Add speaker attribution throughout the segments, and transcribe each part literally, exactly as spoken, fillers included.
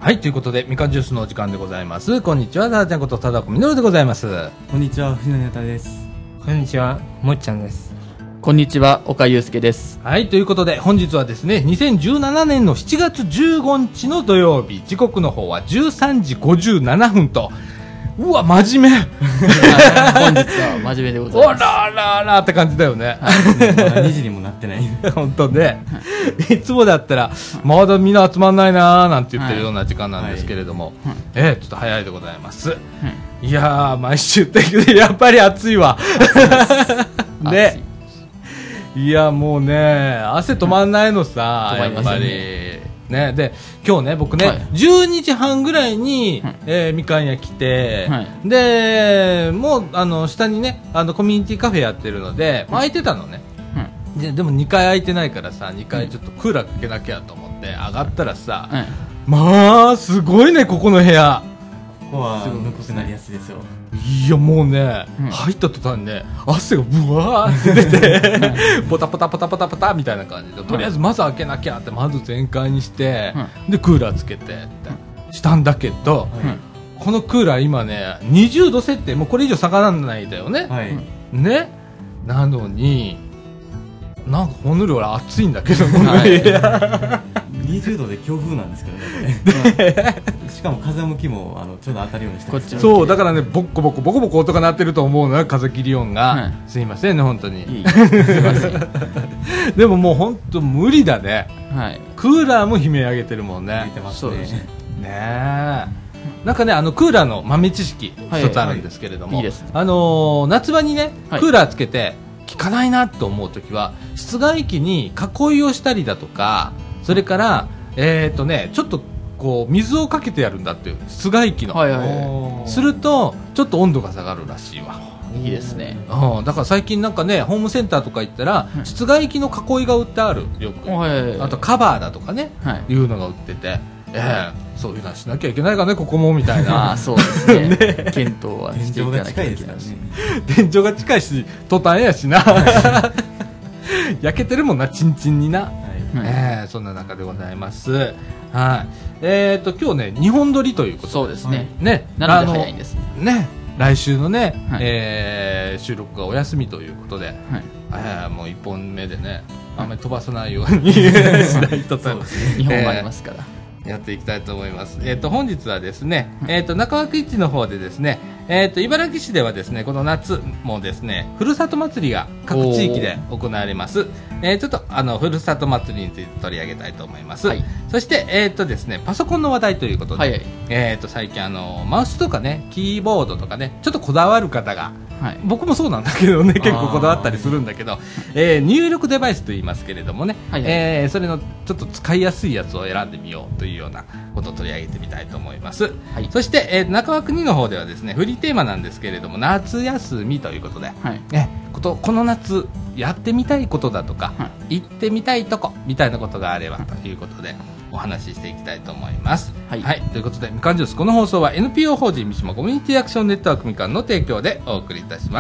Speaker 1: はい、ということでみかんジュースのお時間でございます。こんにちは、ただちゃんこと貞子みのるでございます。
Speaker 2: こんにちは、藤野太です。
Speaker 3: こんにちは、もっちゃんです。
Speaker 4: こんにちは、岡祐介です。
Speaker 1: はい、ということで本日はですねにせんじゅうななねんのしちがつじゅうごにちの土曜日、時刻の方はじゅうさんじごじゅうななふんと、うわ真面目
Speaker 4: 本日は真面目でございます。
Speaker 1: おらららって感じだよね。
Speaker 2: まだにじにもなってない
Speaker 1: 本当ね、いつもだったらまだみんな集まんないなーなんて言ってるような時間なんですけれども、はいはい、えー、ちょっと早いでございます、はい、いやー毎週ってやっぱり暑いわね、いやもうね汗止まんないのさ、やっぱりね。で今日ね僕ね、はい、じゅうにじはんぐらいに、はい、えー、みかん屋来て、はい、でもうあの下にねあのコミュニティカフェやってるので、まあ、空いてたのね、はい、で, でもにかい空いてないからさにかいちょっとクーラーかけなきゃと思って上がったらさ、はい、まあすごいねここの部屋。
Speaker 2: ここはぬくくなりやすいですよ。
Speaker 1: いやもうね、うん、入った途端ね汗がブワーって出てポタポタポタポタポタみたいな感じで、とりあえずまず開けなきゃってまず全開にして、うん、でクーラーつけてってしたんだけど、うん、このクーラー今ねにじゅうど設定、もうこれ以上下がらないだよね、はい、ね、なのになんかほんのり俺暑いんだけど、この部屋
Speaker 2: にじゅうどで強風なんですけどねこれしかも風向きもあのちょうど当たるようにしてます。
Speaker 1: そうだからねボッコボコボコボコ音が鳴ってると思うのよ、風切り音が、はい、すいませんね本当に。いいすいませんでももう本当無理だね、はい、クーラーも悲鳴上げてるもんね。
Speaker 2: 上げてますね。そうですね。
Speaker 1: ねえ、なんかねあのクーラーの豆知識一つあるんですけれども、はいはい、いいですね、あのー、夏場にねクーラーつけて効かないなと思うときは室外機に囲いをしたりだとか、それからえーとねちょっとこう水をかけてやるんだっていう室外機の、はいはいはい、するとちょっと温度が下がるらしいわ。
Speaker 4: いいですね、
Speaker 1: うん、だから最近なんかねホームセンターとか行ったら、うん、室外機の囲いが売ってあるよく、はいはいはい、あとカバーだとかね、はい、いうのが売ってて、えー、そういうのはしなきゃいけないかねここもみたいな
Speaker 4: あそうですねね、検討はしていかなきゃいけないし、
Speaker 1: 天井が近いしトタンやしな焼けてるもんなチンチンにな、はい、えー、そんな中でございます。はい、えーと今日ねにほん撮りということで、
Speaker 4: そうですね、
Speaker 1: ね、
Speaker 4: なので早いんです
Speaker 1: ね、来週のね、はい、えー、収録がお休みということで、はい、えー、もういっぽんめでねあんまり飛ばさないようにしないとと、
Speaker 4: にほんもありますから、
Speaker 1: えー、やっていきたいと思います。えーと本日はですね、えーと中枠市の方でですね、えーと茨城市ではですねこの夏もですねふるさと祭りが各地域で行われます。えー、ちょっとあのふるさと祭りについて取り上げたいと思います、はい、そして、えーとですね、パソコンの話題ということで、はいはい、えーと最近あのマウスとかねキーボードとかねちょっとこだわる方が、はい、僕もそうなんだけどね結構こだわったりするんだけど、えー、入力デバイスと言いますけれどもね、はいはい、えー、それのちょっと使いやすいやつを選んでみようというようなことを取り上げてみたいと思います、はい、そして、えー、中枠にの方ではですねフリーテーマなんですけれども夏休みということで、はい、えことこの夏やってみたいことだとか、はい、行ってみたいとこみたいなことがあればということでお話ししていきたいと思います、はいはい、ということでみかんジュース、この放送は エヌピーオー 法人三島コミュニティアクションネットワークみかんの提供でお送りいたします。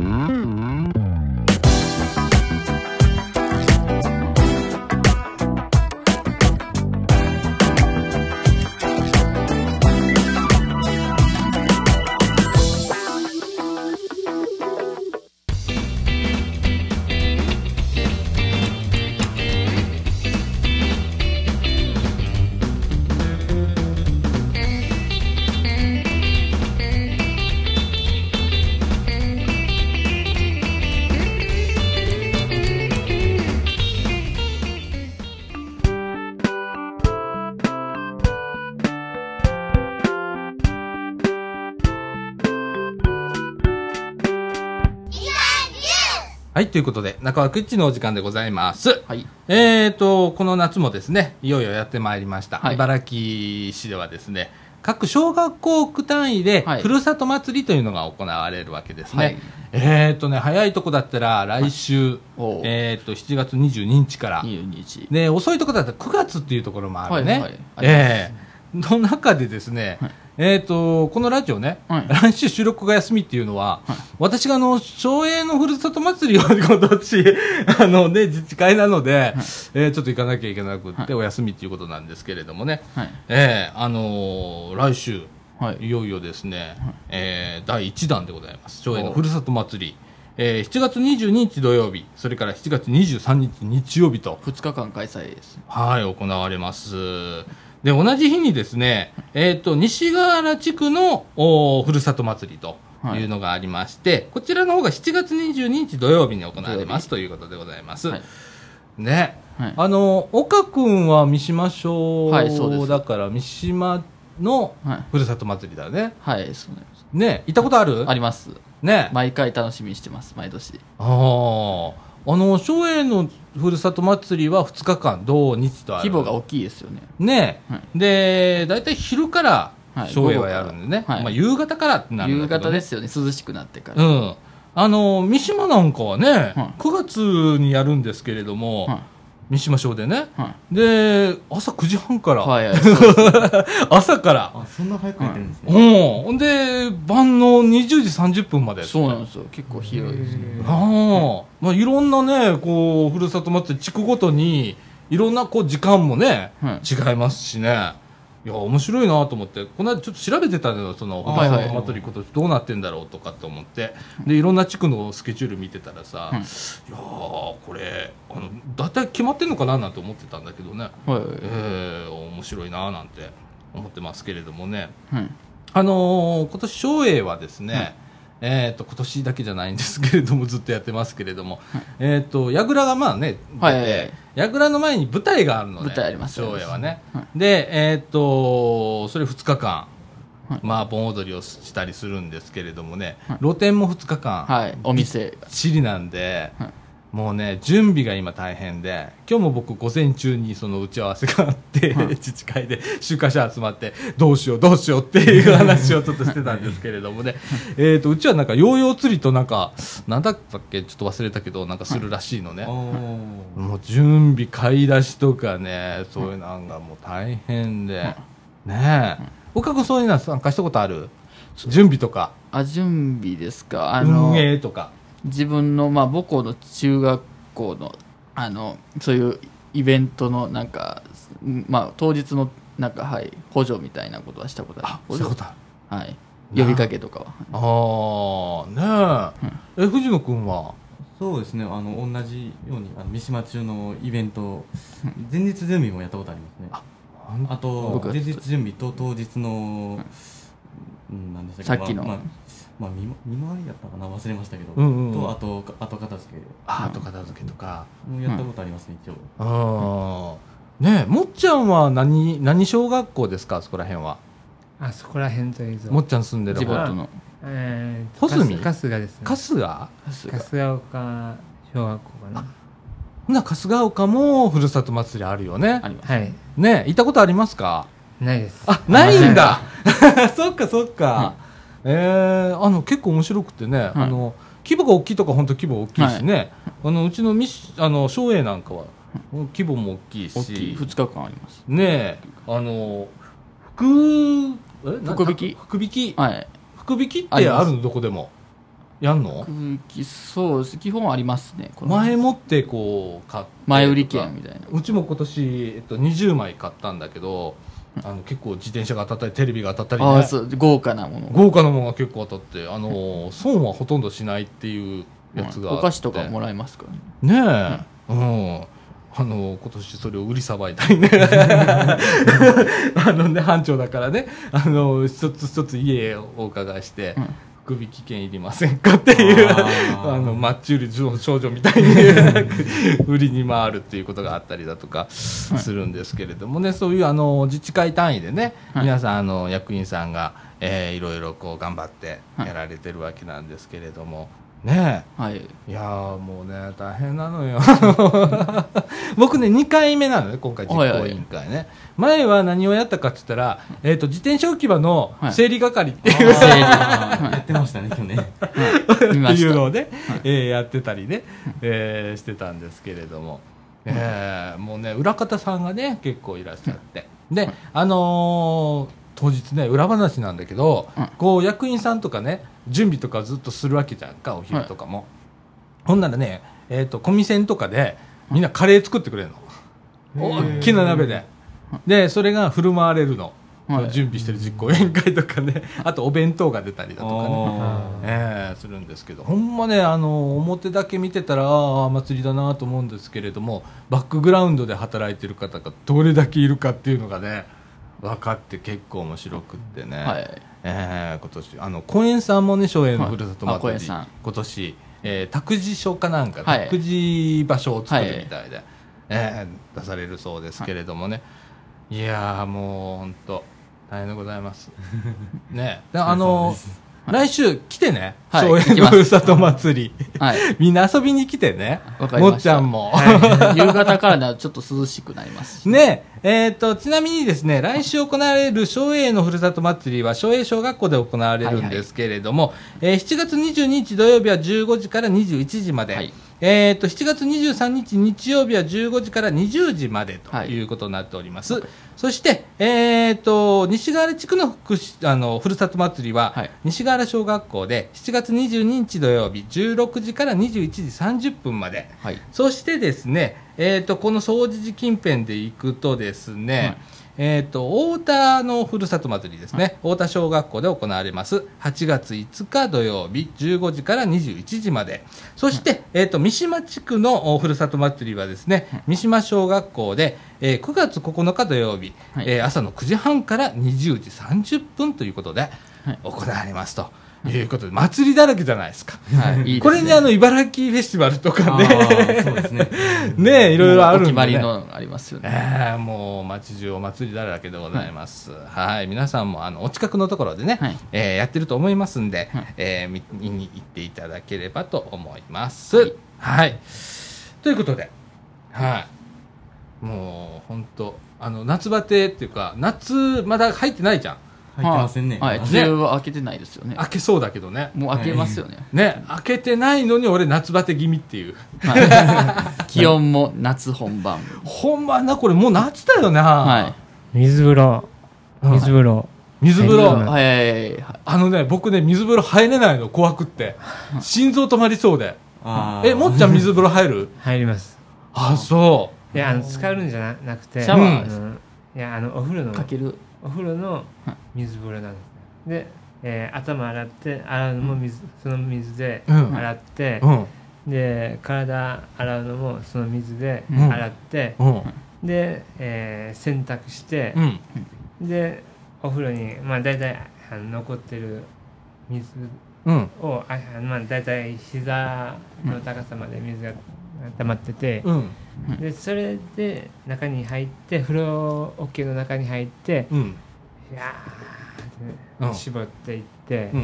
Speaker 1: はい、ということで中枠一のお時間でございます、はい、えーとこの夏もですねいよいよやってまいりました、はい、茨城市ではですね各小学校区単位でふるさと祭りというのが行われるわけですね、はい、えーとね早いとこだったら来週、はい、えーとしちがつにじゅうににちからにじゅうににち、ね、遅いとこだったらくがつっていうところもあるね、はいはい、えーの中でですね、はい、 えっ、と、このラジオね、
Speaker 4: はい
Speaker 1: 来週収録が休みっていうのは、
Speaker 4: はい
Speaker 1: 私があの、省営のふるさと祭りを今年、あのね、自治会なので、えーちょっと行かなきゃいけなくって、
Speaker 4: はい
Speaker 1: お休みっていうことなんですけれどもね、
Speaker 4: はい
Speaker 1: えーあのー来週、
Speaker 4: はい
Speaker 1: いよいよですね、えーだいいちだんでございます。省営のふるさと祭り。えーしちがつにじゅうににち土曜日、それからしちがつにじゅうさんにち日曜日と、
Speaker 4: ふつかかん開催です。
Speaker 1: はい、行われます。で、同じ日にですね、えっ、と、西河原地区のおふるさと祭りというのがありまして、こちらの方がしちがつにじゅうににち土曜日に行われますということでございます。
Speaker 4: はい
Speaker 1: ね。
Speaker 4: はい
Speaker 1: あの、岡君は三島町
Speaker 4: はいそうです
Speaker 1: だから、三島の
Speaker 4: はい
Speaker 1: ふるさと祭りだね。
Speaker 4: はい、そうなんです。
Speaker 1: ね、行ったことある
Speaker 4: あります。
Speaker 1: ね。
Speaker 4: 毎回楽しみにしてます、毎年。
Speaker 1: ああ。あの、松栄のふるさと祭りはふつかかん、土日とある。
Speaker 4: 規模が大きいですよね。
Speaker 1: ね、
Speaker 4: はい
Speaker 1: で、大体昼から
Speaker 4: はい
Speaker 1: 松栄はやるんでね。
Speaker 4: はい
Speaker 1: まあ、夕方からってなるんだ
Speaker 4: 夕
Speaker 1: けど、ね。
Speaker 4: 方ですよね、涼しくなってから。
Speaker 1: うん。あの、三島なんかはね、
Speaker 4: はい
Speaker 1: くがつにやるんですけれども、
Speaker 4: は
Speaker 1: 三島町でね。
Speaker 4: い。は
Speaker 1: で、朝くじはんから、
Speaker 4: い。はいはい。そうです
Speaker 1: 朝から、
Speaker 2: あ、そんな早くやってるんです
Speaker 1: う
Speaker 2: ね。
Speaker 1: ん。ほんで、晩のにじゅうじさんじゅっぷんまで。
Speaker 4: そうなんですよ。結構広いですね。
Speaker 1: ああ、まあ、いろんなね、こう、ふるさと祭り、地区ごとに、いろんな、こう、時間もね、
Speaker 4: はい
Speaker 1: 違いますしね。いや、面白いなと思って、この間ちょっと調べてたのよ、その、ふるさ
Speaker 4: はいはい
Speaker 1: と祭り今年どうなってんだろうとかって思って、で、いろんな地区のスケジュール見てたらさ、
Speaker 4: うん
Speaker 1: いやー、これ、あの、だいたい決まってんのかななんて思ってたんだけどね、
Speaker 4: はいはい
Speaker 1: えー、面白いななんて思ってますけれどもね。
Speaker 4: はい。
Speaker 1: あのー今年松栄はですね、えっ、と今年だけじゃないんですけれどもずっとやってますけれども、えっ、と櫓がまあね出て、
Speaker 4: はいはいはい
Speaker 1: 櫓の前に舞台があるので、
Speaker 4: 舞台あります
Speaker 1: 松栄はね、
Speaker 4: は
Speaker 1: でえっ、とそれふつかかん、
Speaker 4: はい
Speaker 1: まあ盆踊りをしたりするんですけれどもね、
Speaker 4: はい
Speaker 1: 露店もふつかかん、
Speaker 4: はい。お店が。
Speaker 1: チリなんで、
Speaker 4: はい
Speaker 1: もうね準備が今大変で、今日も僕午前中にその打ち合わせがあって、
Speaker 4: はい
Speaker 1: 自治会で集会者集まってどうしようどうしようっていう話をちょっとしてたんですけれどもねえーとうちはなんかヨーヨー釣りとなんかなんだったっけちょっと忘れたけどなんかするらしいのね、
Speaker 2: おー
Speaker 1: もう準備買い出しとかねそういうのがもう大変で、ねえ岡君そういうの参加したことある？準備とか
Speaker 4: あ、準備ですか。あの
Speaker 1: 運、営とか。
Speaker 4: 自分の、まあ、母校の中学校の、あの、そういうイベントの、なんか、まあ、当日の、なんか、はい、補助みたいなことはしたことあ
Speaker 1: あ、
Speaker 4: る。
Speaker 1: したことある。
Speaker 4: はい。呼びかけとかは。
Speaker 1: ああ、ねえ。え、藤野くんは
Speaker 2: そうですね、あの同じようにあの三島中のイベント、前日準備もやったことありますね。あと
Speaker 4: 僕は
Speaker 2: 前日準備と当日の、うん、なんでしたっけ、
Speaker 4: さっきの
Speaker 2: まあまあ、まあ、見ま見回りやったかな忘れましたけど、
Speaker 1: うんうんうん
Speaker 2: とあと後片付け
Speaker 1: アート片付けとか。
Speaker 2: もやったことありますね、一応。
Speaker 1: ああ。ねえ、もっちゃんは何、何小学校ですかそこら辺は。
Speaker 3: あそこら辺というぞ
Speaker 1: もっちゃん住んでる方。
Speaker 4: 地元の。
Speaker 3: えー、
Speaker 1: 穂積
Speaker 3: 春日ですね
Speaker 1: 春日
Speaker 3: 春日岡小学校かな
Speaker 1: ほな、春日岡もふるさと祭りあるよね
Speaker 4: あ。ります。
Speaker 3: はい
Speaker 1: ねえ、行ったことありますか？
Speaker 3: ないです
Speaker 1: あ、ないんだそっかそっか。えー、あの、結構面白くてね、あの、規模が大きいとか本当規模大きいしね、あの、うちのミシ、あの、松栄なんかは、規模も大きいし、
Speaker 4: 大きい。ふつかかんあります。
Speaker 1: ねえ、あの、福、えな
Speaker 4: 福引き
Speaker 1: 福引き。
Speaker 4: はい。
Speaker 1: 福引きっ
Speaker 4: あります
Speaker 1: てあるのどこでも。やんの
Speaker 4: 空気、そうです。基本ありますね。この
Speaker 1: 前もってこう、買って。
Speaker 4: 前売り券みたいな。
Speaker 1: うちも今年、えっと、にじゅうまい買ったんだけど、あの、結構自転車が当たったり、テレビが当たったりね。
Speaker 4: ああ、そう、豪華なもの。
Speaker 1: 豪華なものが結構当たって、あのー損はほとんどしないっていうやつがあって、
Speaker 4: お菓子とかもらえますからね。
Speaker 1: ねえ、うん。あのー今年それを売りさばいたりね。あのね、班長だからね、あのー一つ一つ家をお伺いして、
Speaker 4: うん
Speaker 1: 福引券いりませんかっていう、
Speaker 2: あ
Speaker 1: あ
Speaker 2: ー
Speaker 1: の、マッチ売り少女みたいに売りに回るっていうことがあったりだとかするんですけれどもね、そういうあの、自治会単位でね、
Speaker 4: はい
Speaker 1: 皆さんあの、役員さんが、えーいろいろこう頑張ってやられてるわけなんですけれども、ね
Speaker 4: はい。
Speaker 1: え、いやーもうね、大変なのよ。僕ね、にかいめなのね、今回実行委員会ね。前は何をやったかって言ったら、えっ、と、自転車置き場の整理係っていう、
Speaker 4: 整理
Speaker 2: あーやってましたね、去年。
Speaker 1: って
Speaker 4: 見ました。
Speaker 1: いうのをね、えーやってたりね、えーしてたんですけれども、えーもうね、裏方さんがね、結構いらっしゃって。で、あのー当日ね裏話なんだけど、
Speaker 4: うん
Speaker 1: こう役員さんとかね準備とかずっとするわけじゃんかお昼とかも、ほんならね、えー、とコミセンとかでみんなカレー作ってくれるの、大きな鍋ででそれが振る舞われるの、
Speaker 4: はい
Speaker 1: 準備してる実行委員会とかねあとお弁当が出たりだとかね、
Speaker 2: あ
Speaker 1: えーするんですけど、ほんまねあの表だけ見てたらああ祭りだなと思うんですけれども、バックグラウンドで働いてる方がどれだけいるかっていうのがね分かって結構面白くってね、
Speaker 4: はい
Speaker 1: えー今年あの公園さんもね松栄のふるさと
Speaker 4: はいあ公
Speaker 1: 祭り、
Speaker 4: 園さん
Speaker 1: 今年、えー託児所かなんか、
Speaker 4: はい
Speaker 1: 託児場所を作るみたいで、えー出されるそうですけれどもね、い、やーもう本当大変でございますね。であの来週来てね、
Speaker 4: はい
Speaker 1: 松栄のふるさと祭り、
Speaker 4: はい
Speaker 1: みんな遊びに来てね、
Speaker 4: わかりました
Speaker 1: もっちゃんも、
Speaker 4: 夕方からならちょっと涼しくなりますし
Speaker 1: ねえー、とちなみにですね来週行われる松栄のふるさと祭りは松栄小学校で行われるんですけれども、えーしちがつにじゅうににち土曜日はじゅうごじからにじゅういちじまで、
Speaker 4: はい
Speaker 1: えー、としちがつにじゅうさんにち日曜日はじゅうごじからにじゅうじまでと
Speaker 4: はい
Speaker 1: いうことになっております、そして、えー、と西河原地区の福祉あのふるさと祭りは、
Speaker 4: はい
Speaker 1: 西河原小学校でしちがつにじゅうににち土曜日じゅうろくじからにじゅういちじさんじゅっぷんまで、
Speaker 4: はい
Speaker 1: そしてですね、えー、とこの総持寺近辺で行くとですね、
Speaker 4: はい
Speaker 1: えー、と太田のふるさと祭りですね、太田小学校で行われますはちがついつか土曜日じゅうごじからにじゅういちじまで、そして、えー、と三島地区のおふるさと祭りはですね、三島小学校で、えーくがつここのか土曜日、
Speaker 4: はい
Speaker 1: えー朝のくじはんからにじゅうじさんじゅっぷんということで
Speaker 4: はい
Speaker 1: 行われますということで、祭りだらけじゃないですか。
Speaker 4: はいいいですね
Speaker 1: これにあの茨城フェスティバルとか
Speaker 2: あ
Speaker 1: ね
Speaker 2: ーそうですね
Speaker 1: ねいろいろあるんで、ね、
Speaker 4: お決まりのありますよね
Speaker 1: えーもう街中お祭りだらけでございます、はい、皆さんもあのお近くのところでね、
Speaker 4: はい
Speaker 1: えーやってると思いますんで、
Speaker 4: はい
Speaker 1: えー見見に行っていただければと思いますはい、ということで、はい、もう本当あの夏バテっていうか夏まだ入ってないじゃん、
Speaker 2: 入ってませんね
Speaker 4: はい、
Speaker 2: まだ
Speaker 4: 梅雨は明けてないですよね
Speaker 1: 開けそうだけどね
Speaker 4: もう明けますよね、
Speaker 1: ね開けてないのに俺夏バテ気味っていう
Speaker 4: はい気温も夏本番
Speaker 1: ほんまなこれもう夏だよな、
Speaker 4: はい
Speaker 3: 水風呂
Speaker 1: うん
Speaker 3: 水風呂、
Speaker 1: 水風呂、
Speaker 3: はい
Speaker 4: はいはいはいはい
Speaker 1: あのね、僕ね、水風呂入れないの、怖くって。心臓止まりそうで。
Speaker 2: あー
Speaker 1: え、もっちゃん水風呂入る
Speaker 3: 入ります。
Speaker 1: あ、そ
Speaker 3: いやあの使うんじゃななくて
Speaker 4: シャワ
Speaker 1: ー
Speaker 3: あのいやあのお風呂の
Speaker 4: かける
Speaker 3: お風呂の水風呂なんですねで、えー頭洗って洗うのも水その水で
Speaker 1: うん
Speaker 3: 洗って
Speaker 1: う。、うん。
Speaker 3: で体洗うのもその水で
Speaker 1: うん
Speaker 3: 洗って、
Speaker 1: うん。
Speaker 3: で、えー洗濯して
Speaker 1: う、ん。
Speaker 3: でお風呂にまあ大体あの残ってる水
Speaker 1: うん。
Speaker 3: をああのまあ大体膝の高さまで水が溜まってて、
Speaker 1: うん。
Speaker 3: でそれで中に入って風呂桶の中に入って、
Speaker 1: うん。
Speaker 3: いやー
Speaker 1: うん
Speaker 3: って絞っていって、
Speaker 1: うん。
Speaker 3: あの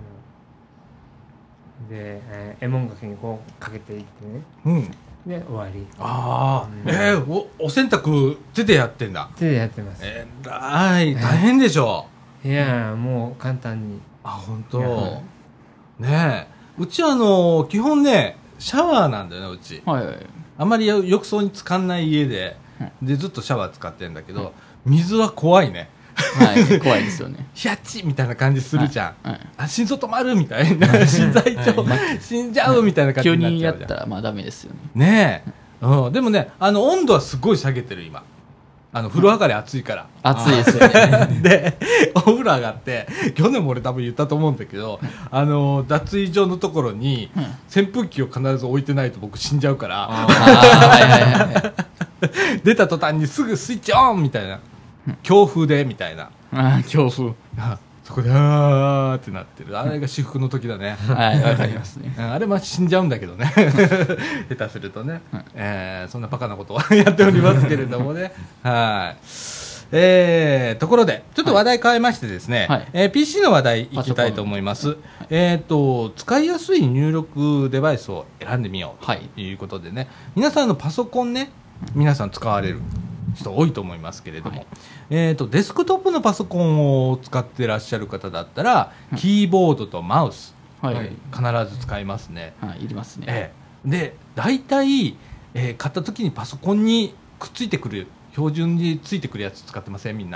Speaker 3: で、えー、エモンがけにこうかけていってね
Speaker 1: うん。
Speaker 3: で終わり
Speaker 1: ああ、
Speaker 3: うん
Speaker 1: えーお、お洗濯手でやってんだ。
Speaker 3: 手でやってます、
Speaker 1: えらい、大変でしょ。
Speaker 3: いやーもう簡単に
Speaker 1: あ、本
Speaker 3: い
Speaker 1: 当。
Speaker 3: や
Speaker 1: ねえ。うちはあの、基本ね、シャワーなんだよね、うち。
Speaker 4: はいはい
Speaker 1: あまり浴槽に使わない家で、で、ずっとシャワー使ってんだけど、水は怖いね。
Speaker 4: はい怖いですよね
Speaker 1: ヒヤッチみたいな感じするじゃん。
Speaker 4: はい
Speaker 1: あ、心臓止まるみたいな。心臓症、死んじゃうみたいな感じ
Speaker 4: 急
Speaker 1: になっ
Speaker 4: にやっ
Speaker 1: ちゃうじゃん。
Speaker 4: たらまあダメですよね
Speaker 1: ねえ。うん。でもね、あの、温度はすごい下げてる、今。あの、風呂上がり暑いから。
Speaker 4: 暑いですよね
Speaker 1: で、お風呂上がって、去年も俺多分言ったと思うんだけど、あの、脱衣所のところに、扇風機を必ず置いてないと僕死んじゃうから、
Speaker 4: あーはいはいはいはい
Speaker 1: 出た途端にすぐスイッチオンみたいな。強風で、みたいな。
Speaker 4: あー強風
Speaker 1: あそこで、あーってなってる。あれが至福の時だね。
Speaker 4: はいわかりますね
Speaker 1: うんあれは死んじゃうんだけどね。下手するとね。えーそんなバカなことをやっておりますけれどもね。はい。えー、ところで、ちょっと話題変えましてですね、
Speaker 4: はい
Speaker 1: えー ピーシー の話題いきたいと思います。えっ、と、使いやすい入力デバイスを選んでみよう
Speaker 4: はい
Speaker 1: ということでね、皆さんのパソコンね、皆さん使われる人多いと思いますけれども、
Speaker 4: はい
Speaker 1: えー、とデスクトップのパソコンを使ってらっしゃる方だったら、キーボードとマウス、
Speaker 4: はい
Speaker 2: はい
Speaker 1: 必ず使いますね。
Speaker 4: はいいりますね
Speaker 1: ええ、で大体、えー買った時にパソコンにくっついてくる標準についてくるやつ使ってませんみんな。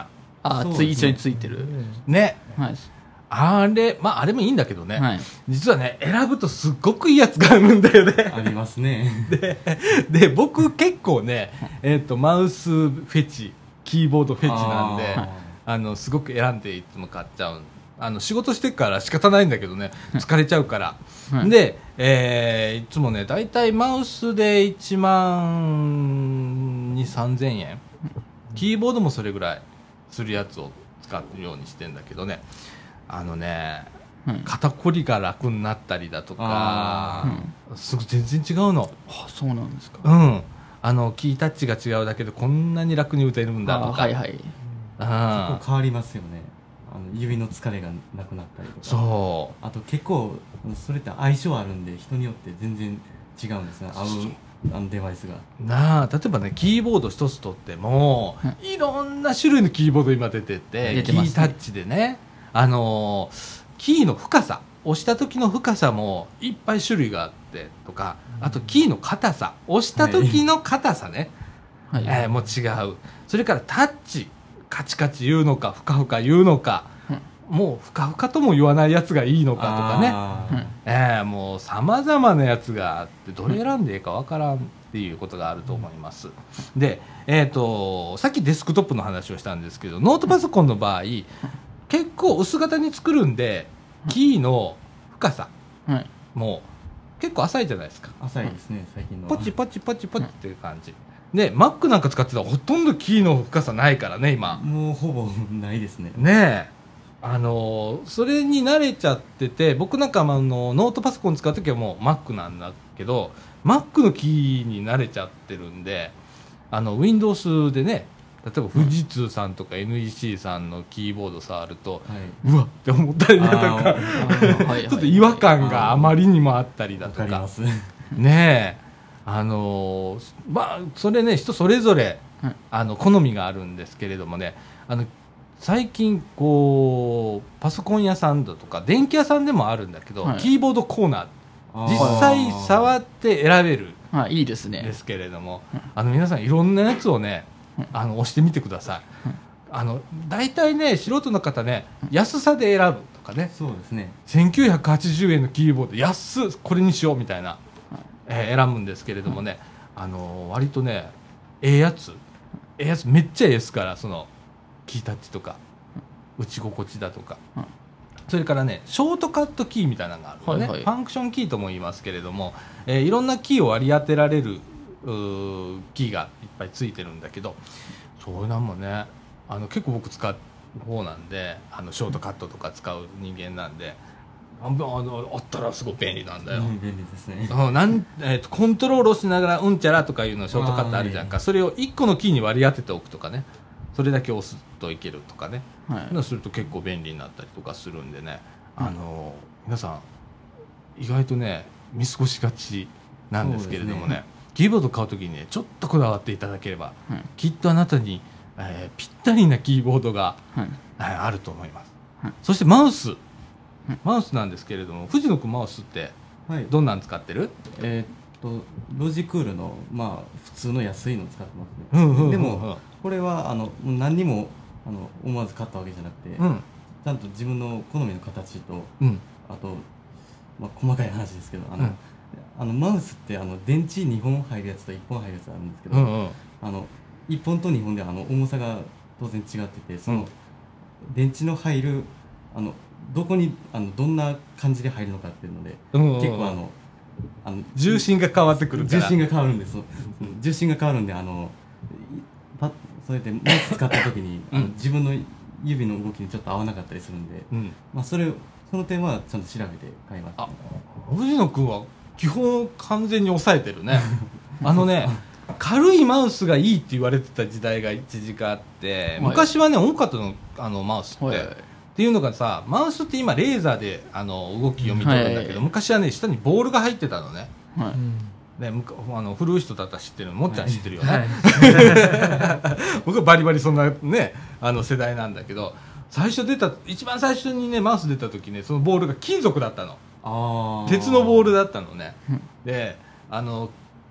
Speaker 4: あ
Speaker 2: そうですね
Speaker 4: つい一緒についてる、
Speaker 1: ね。
Speaker 4: はい
Speaker 1: あれ、まあ、あれもいいんだけどね。
Speaker 4: はい、
Speaker 1: 実はね、選ぶとすっごくいいやつがあるんだよね。
Speaker 2: ありますね。
Speaker 1: で、で僕結構ね、えっ、と、マウスフェチ、キーボードフェチなんで、
Speaker 2: あ
Speaker 1: あの、すごく選んでいつも買っちゃう。あの、仕事してるから仕方ないんだけどね、疲れちゃうから。
Speaker 4: はい
Speaker 1: で、えーいつもね、だいたいマウスでいちまんに、さんぜんえん。キーボードもそれぐらいするやつを使うようにしてんだけどね。あのね、
Speaker 4: はい
Speaker 1: 肩こりが楽になったりだとか
Speaker 2: あ、
Speaker 1: すごい全然違うの。
Speaker 4: あそうなんですか、
Speaker 1: うん。あの、キータッチが違うだけでこんなに楽に打てるんだとか。
Speaker 4: あはいはい
Speaker 1: あ
Speaker 2: 結構変わりますよね。あの指の疲れがなくなったりとか。
Speaker 1: そ
Speaker 2: あと結構それって相性あるんで人によって全然違うんですね。合うあのデバイスが。
Speaker 1: う。なあ、例えばね、キーボード一つとっても、いろんな種類のキーボード今出てて、
Speaker 4: 出てますね
Speaker 1: キータッチでね、あのーキーの深さ、押した時の深さもいっぱい種類があってとか、あとキーの硬さ、押した時の硬さね、
Speaker 4: はい、
Speaker 1: えーもう違う。それからタッチ、カチカチ言うのか、ふかふか言うのか、もうふかふかとも言わないやつがいいのかとかね、
Speaker 2: あー
Speaker 4: うん
Speaker 1: えーもう様々なやつがあって、どれ選んでいいかわからんっていうことがあると思います。で、えっ、と、さっきデスクトップの話をしたんですけど、ノートパソコンの場合、結構薄型に作るんで、キーの深さ
Speaker 4: はい
Speaker 1: も結構浅いじゃないですか。
Speaker 2: 浅いですね最近のは。
Speaker 1: ポチポチポチポチっていう感じ。で、Mac なんか使ってたらほとんどキーの深さないからね、今。
Speaker 2: もうほぼないですね。
Speaker 1: ねえ。あのーそれに慣れちゃってて、僕なんかあのノートパソコン使うときはもう Mac なんだけど、Mac のキーに慣れちゃってるんで、あの Windows でね、例えば富士通さんとか エヌイーシー さんのキーボード触ると、
Speaker 2: はいう
Speaker 1: わって思ったりだとか、
Speaker 2: あー
Speaker 4: あーはいはい
Speaker 1: ちょっと違和感があまりにもあったりだ
Speaker 2: わ
Speaker 1: とか、
Speaker 2: かります。
Speaker 1: ねえ、あのーまあ、それね、人それぞれ
Speaker 4: はい
Speaker 1: あの好みがあるんですけれどもね、あの最近こうパソコン屋さんだとか電気屋さんでもあるんだけど、
Speaker 4: はい
Speaker 1: キーボードコーナー
Speaker 2: あー
Speaker 1: 実際触って選べる
Speaker 4: はいいいですね
Speaker 1: んですけれども、あの皆さんいろんなやつをね、あの押してみてください。あの大体ね、素人の方ね、安さで選ぶとかね、
Speaker 2: そうですね。
Speaker 1: せんきゅうひゃくはちじゅうえんのキーボード安っ、これにしようみたいな、えー選ぶんですけれどもね、あのー割とね、ええやつええやつめっちゃええですから、そのキータッチとか打ち心地だとか、
Speaker 4: うん
Speaker 1: それからね、ショートカットキーみたいなのがあるのね、
Speaker 4: はいはい
Speaker 1: ファンクションキーとも言いますけれども、えーいろんなキーを割り当てられるうーキーがいっぱいついてるんだけど、そういうのもね、あの結構僕使う方なんで、あのショートカットとか使う人間なんで、ああのあったらすごい便利なんだよ。
Speaker 2: うん便利ですね。
Speaker 1: うんなんえーとコントロールをしながらうんちゃらとかいうのショートカットあるじゃんか、それをいっこのキーに割り当てておくとかね、それだけ押すといけるとかね、
Speaker 4: はい
Speaker 1: そうすると結構便利になったりとかするんでね、あの皆さん意外とね見過ごしがちなんですけれどもね、
Speaker 2: そうです
Speaker 1: キーボード買うときにねちょっとこだわっていただければ、
Speaker 4: はい
Speaker 1: きっとあなたに、えーぴったりなキーボードが、
Speaker 4: はい
Speaker 1: えーあると思います、
Speaker 4: はい
Speaker 1: そしてマウス、マウスなんですけれども、藤野君マウスって
Speaker 2: はい。
Speaker 1: どんなん使ってる？
Speaker 2: えーっとロジクールのまあ普通の安いのを使ってますね。
Speaker 1: うんうんうんうん
Speaker 2: でもこれはあのもう何にもあの思わず買ったわけじゃなくて、
Speaker 1: うん
Speaker 2: ちゃんと自分の好みの形と
Speaker 1: うん
Speaker 2: あと、まあ、細かい話ですけどあの、
Speaker 1: うん
Speaker 2: あのマウスってあの電池にほん入るやつといっぽん入るやつあるんですけど、
Speaker 1: うんうん
Speaker 2: あのいっぽんとにほんであの重さが当然違ってて、その、
Speaker 1: うん
Speaker 2: 電池の入るあのどこにあのどんな感じで入るのかっていうので、
Speaker 1: うんうんうん
Speaker 2: 結構あのあの
Speaker 1: 重心が変わってくるから
Speaker 2: 重心が変わるんです。そう重心が変わるんであのいパッそれでマウス使った時に、あの
Speaker 1: うん
Speaker 2: 自分の指の動きにちょっと合わなかったりするんで、
Speaker 1: うん、
Speaker 2: まあそれその点はちゃんと調べて買いました、
Speaker 1: あ藤野君は基本完全に抑えてるねあのね軽いマウスがいいって言われてた時代が一時間あって、
Speaker 4: はい
Speaker 1: 昔はね多かったの、あのマウスって、
Speaker 4: はい
Speaker 1: っていうのがさ、マウスって今レーザーであの動き読み取るんだけど、
Speaker 4: はい
Speaker 1: 昔はね下にボールが入ってたのね。
Speaker 4: はい
Speaker 1: ね、むかあの古い人だったら知ってるのもっちゃん知ってるよね、
Speaker 3: はい
Speaker 1: 僕はバリバリそんなねあの世代なんだけど、最初出た一番最初にねマウス出た時ね、そのボールが金属だったの、
Speaker 2: あー
Speaker 1: 鉄のボールだったのね、であの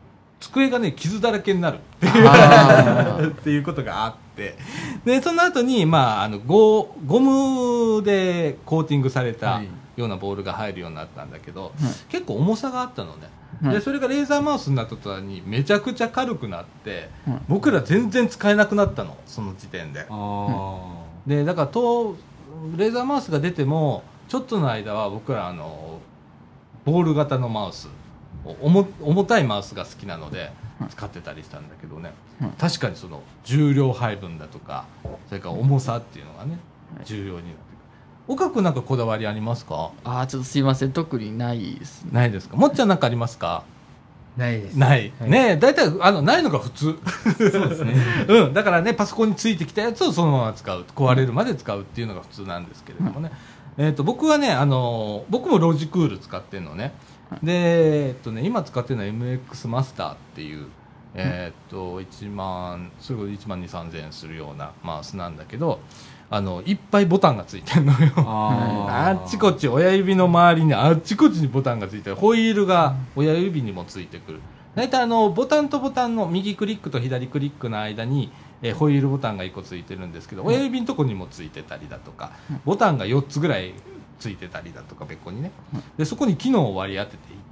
Speaker 1: 机がね傷だらけになるっていうっていうことがあって、でその後にまああのゴゴムでコーティングされたようなボールが入るようになったんだけど、うん、結構重さがあったのね、うん、でそれがレーザーマウスになった途端にめちゃくちゃ軽くなって、うん、僕ら全然使えなくなったの、その時点で。あ、でだからとレーザーマウスが出てもちょっとの間は僕らあのボール型のマウス、重, 重たいマウスが好きなので使ってたりしたんだけどね、うん、確かにその重量配分だとかそれから重さっていうのがね、うん、重要になってくる。岡君なんかこだわりありますか？
Speaker 4: ああ、ちょっとすいません、特にないですね。
Speaker 1: ないですか。もっちゃんなんかありますか？
Speaker 3: ないです。
Speaker 1: ない、はい、ねえ、大体あのないのが普通。そうですね。うん、だからねパソコンについてきたやつをそのまま使う、壊れるまで使うっていうのが普通なんですけれどもね、うん、えー、と僕はねあの僕もロジクール使ってるのね。で、えっとね、今使ってるのは エムエックス マスターっていう、えー、っといちまんそれこそいちまんにせんさんぜんえんするようなマウスなんだけど、あのいっぱいボタンがついてるのよ。あっちこっち親指の周りにあっちこっちにボタンがついてる、ホイールが親指にもついてくる。大体あのボタンとボタンの右クリックと左クリックの間に、えー、ホイールボタンがいっこついてるんですけど、親指のとこにもついてたりだとか、ボタンがよっつぐらいついてたりだとか別個にね、でそこに機能を割り当てていって、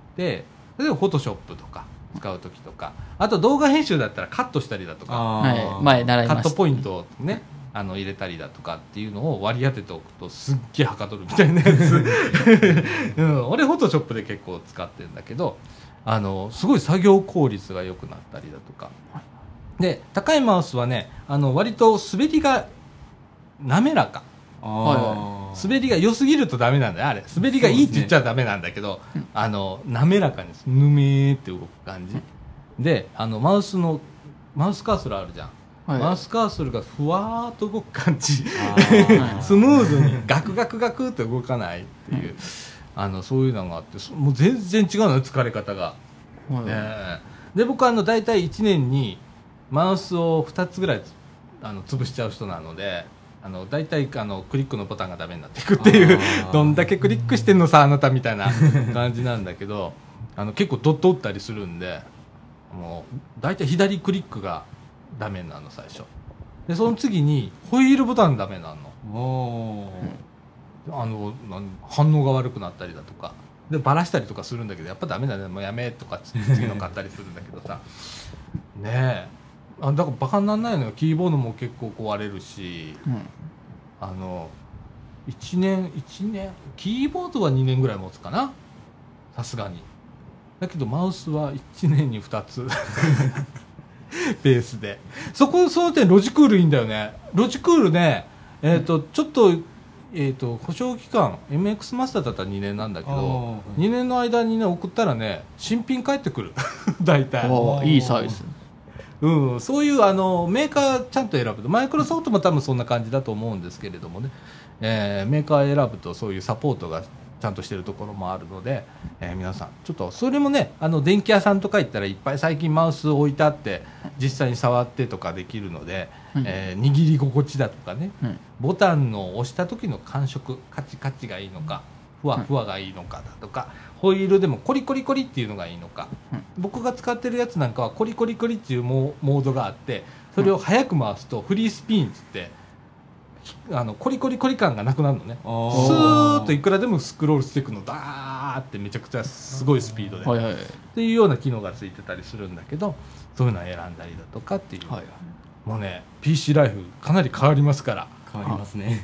Speaker 1: 例えばフォトショップとか使う時とか、あと動画編集だったらカットしたりだとか、
Speaker 4: はい、前習いました。
Speaker 1: カットポイントをねあの入れたりだとかっていうのを割り当てておくとすっげえはかどるみたいなやつ、うん、俺フォトショップで結構使ってるんだけど、あのすごい作業効率が良くなったりだとかで、高いマウスはねあの割と滑りが滑らか、あ、滑りが良すぎるとダメなんだよあれ。滑りがいいって言っちゃダメなんだけど、ね、あの滑らかにぬめーって動く感じ、うん、であのマウスのマウスカーソルあるじゃん、はい、マウスカーソルがふわーっと動く感じスムーズにガクガクガクって動かないっていう、うん、あのそういうのがあって、もう全然違うのよ疲れ方が、はい、ね、で僕はあの大体いちねんにマウスをふたつぐらいあの潰しちゃう人なので、あの大体あのクリックのボタンがダメになっていくっていうどんだけクリックしてんのさあなたみたいな感じなんだけどあの結構ドッと打ったりするんで、もう大体左クリックがダメなの最初で、その次にホイールボタンダメなの、うん、あの反応が悪くなったりだとかでバラしたりとかするんだけど、やっぱダメだね、もうやめとか次の買ったりするんだけどさねえ、あだからバカにならないのよ。キーボードも結構壊れるし、うん、あのいちねんいちねんキーボードはにねんぐらい持つかなさすがに。だけどマウスはいちねんにふたつペースで、そこその点ロジクールいいんだよね。ロジクールね、えーと、ちょっと、えーと保証期間 エムエックス マスターだったらにねんなんだけど、にねんの間にね送ったらね新品返ってくる大体
Speaker 4: いいサービス、
Speaker 1: うん、そういうあのメーカーちゃんと選ぶと、マイクロソフトも多分そんな感じだと思うんですけれどもね、えー、メーカー選ぶとそういうサポートがちゃんとしてるところもあるので、えー、皆さんちょっとそれもね、あの電気屋さんとか行ったらいっぱい最近マウス置いてあって実際に触ってとかできるので、うん、えー、握り心地だとかね、うん、ボタンの押した時の感触、カチカチがいいのかふわふわがいいのかだとか、ホイールでもコリコリコリっていうのがいいのか、うん、僕が使ってるやつなんかはコリコリコリっていうモードがあって、それを早く回すとフリースピンっつってあのコリコリコリ感がなくなるのね。スーッといくらでもスクロールしていくの、ダーってめちゃくちゃすごいスピードで、はいはい、っていうような機能がついてたりするんだけど、そういうのを選んだりだとかっていう、はいはい、もうね ピーシー ライフかなり変わりますから。
Speaker 2: 変わりますね、
Speaker 1: うん、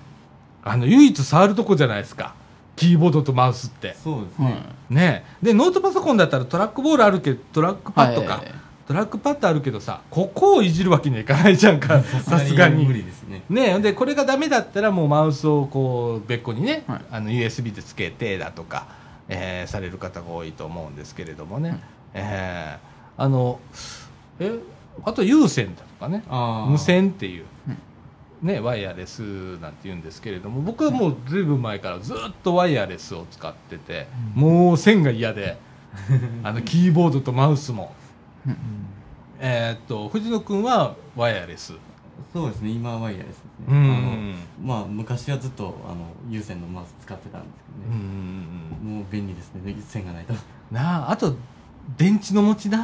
Speaker 1: あの唯一触るとこじゃないですか、キーボードとマウスって。
Speaker 2: そうですね、
Speaker 1: うん、ねでノートパソコンだったらトラックボールあるけど、トラックパッドか、はいはいはい、トラックパッドあるけどさ、ここをいじるわけにはいかないじゃんかさすがに
Speaker 2: 無理ですね。
Speaker 1: ねでこれがダメだったらもうマウスをこう別個にね、はい、あの ユーエスビー でつけてだとか、えー、される方が多いと思うんですけれどもね、はい、えー、あのえあと有線だとかね、無線っていう、ね、ワイヤレスなんて言うんですけれども、僕はもうずいぶん前からずっとワイヤレスを使ってて、うん、もう線が嫌であのキーボードとマウスもえっと藤野君はワイヤレス。
Speaker 2: そうですね、今はワイヤレスですね。うん、あのまあ、昔はずっとあの有線のマウス使ってたんですけどね、うん、もう便利ですね、線がないと。
Speaker 1: なあ、あと電池の持ちな、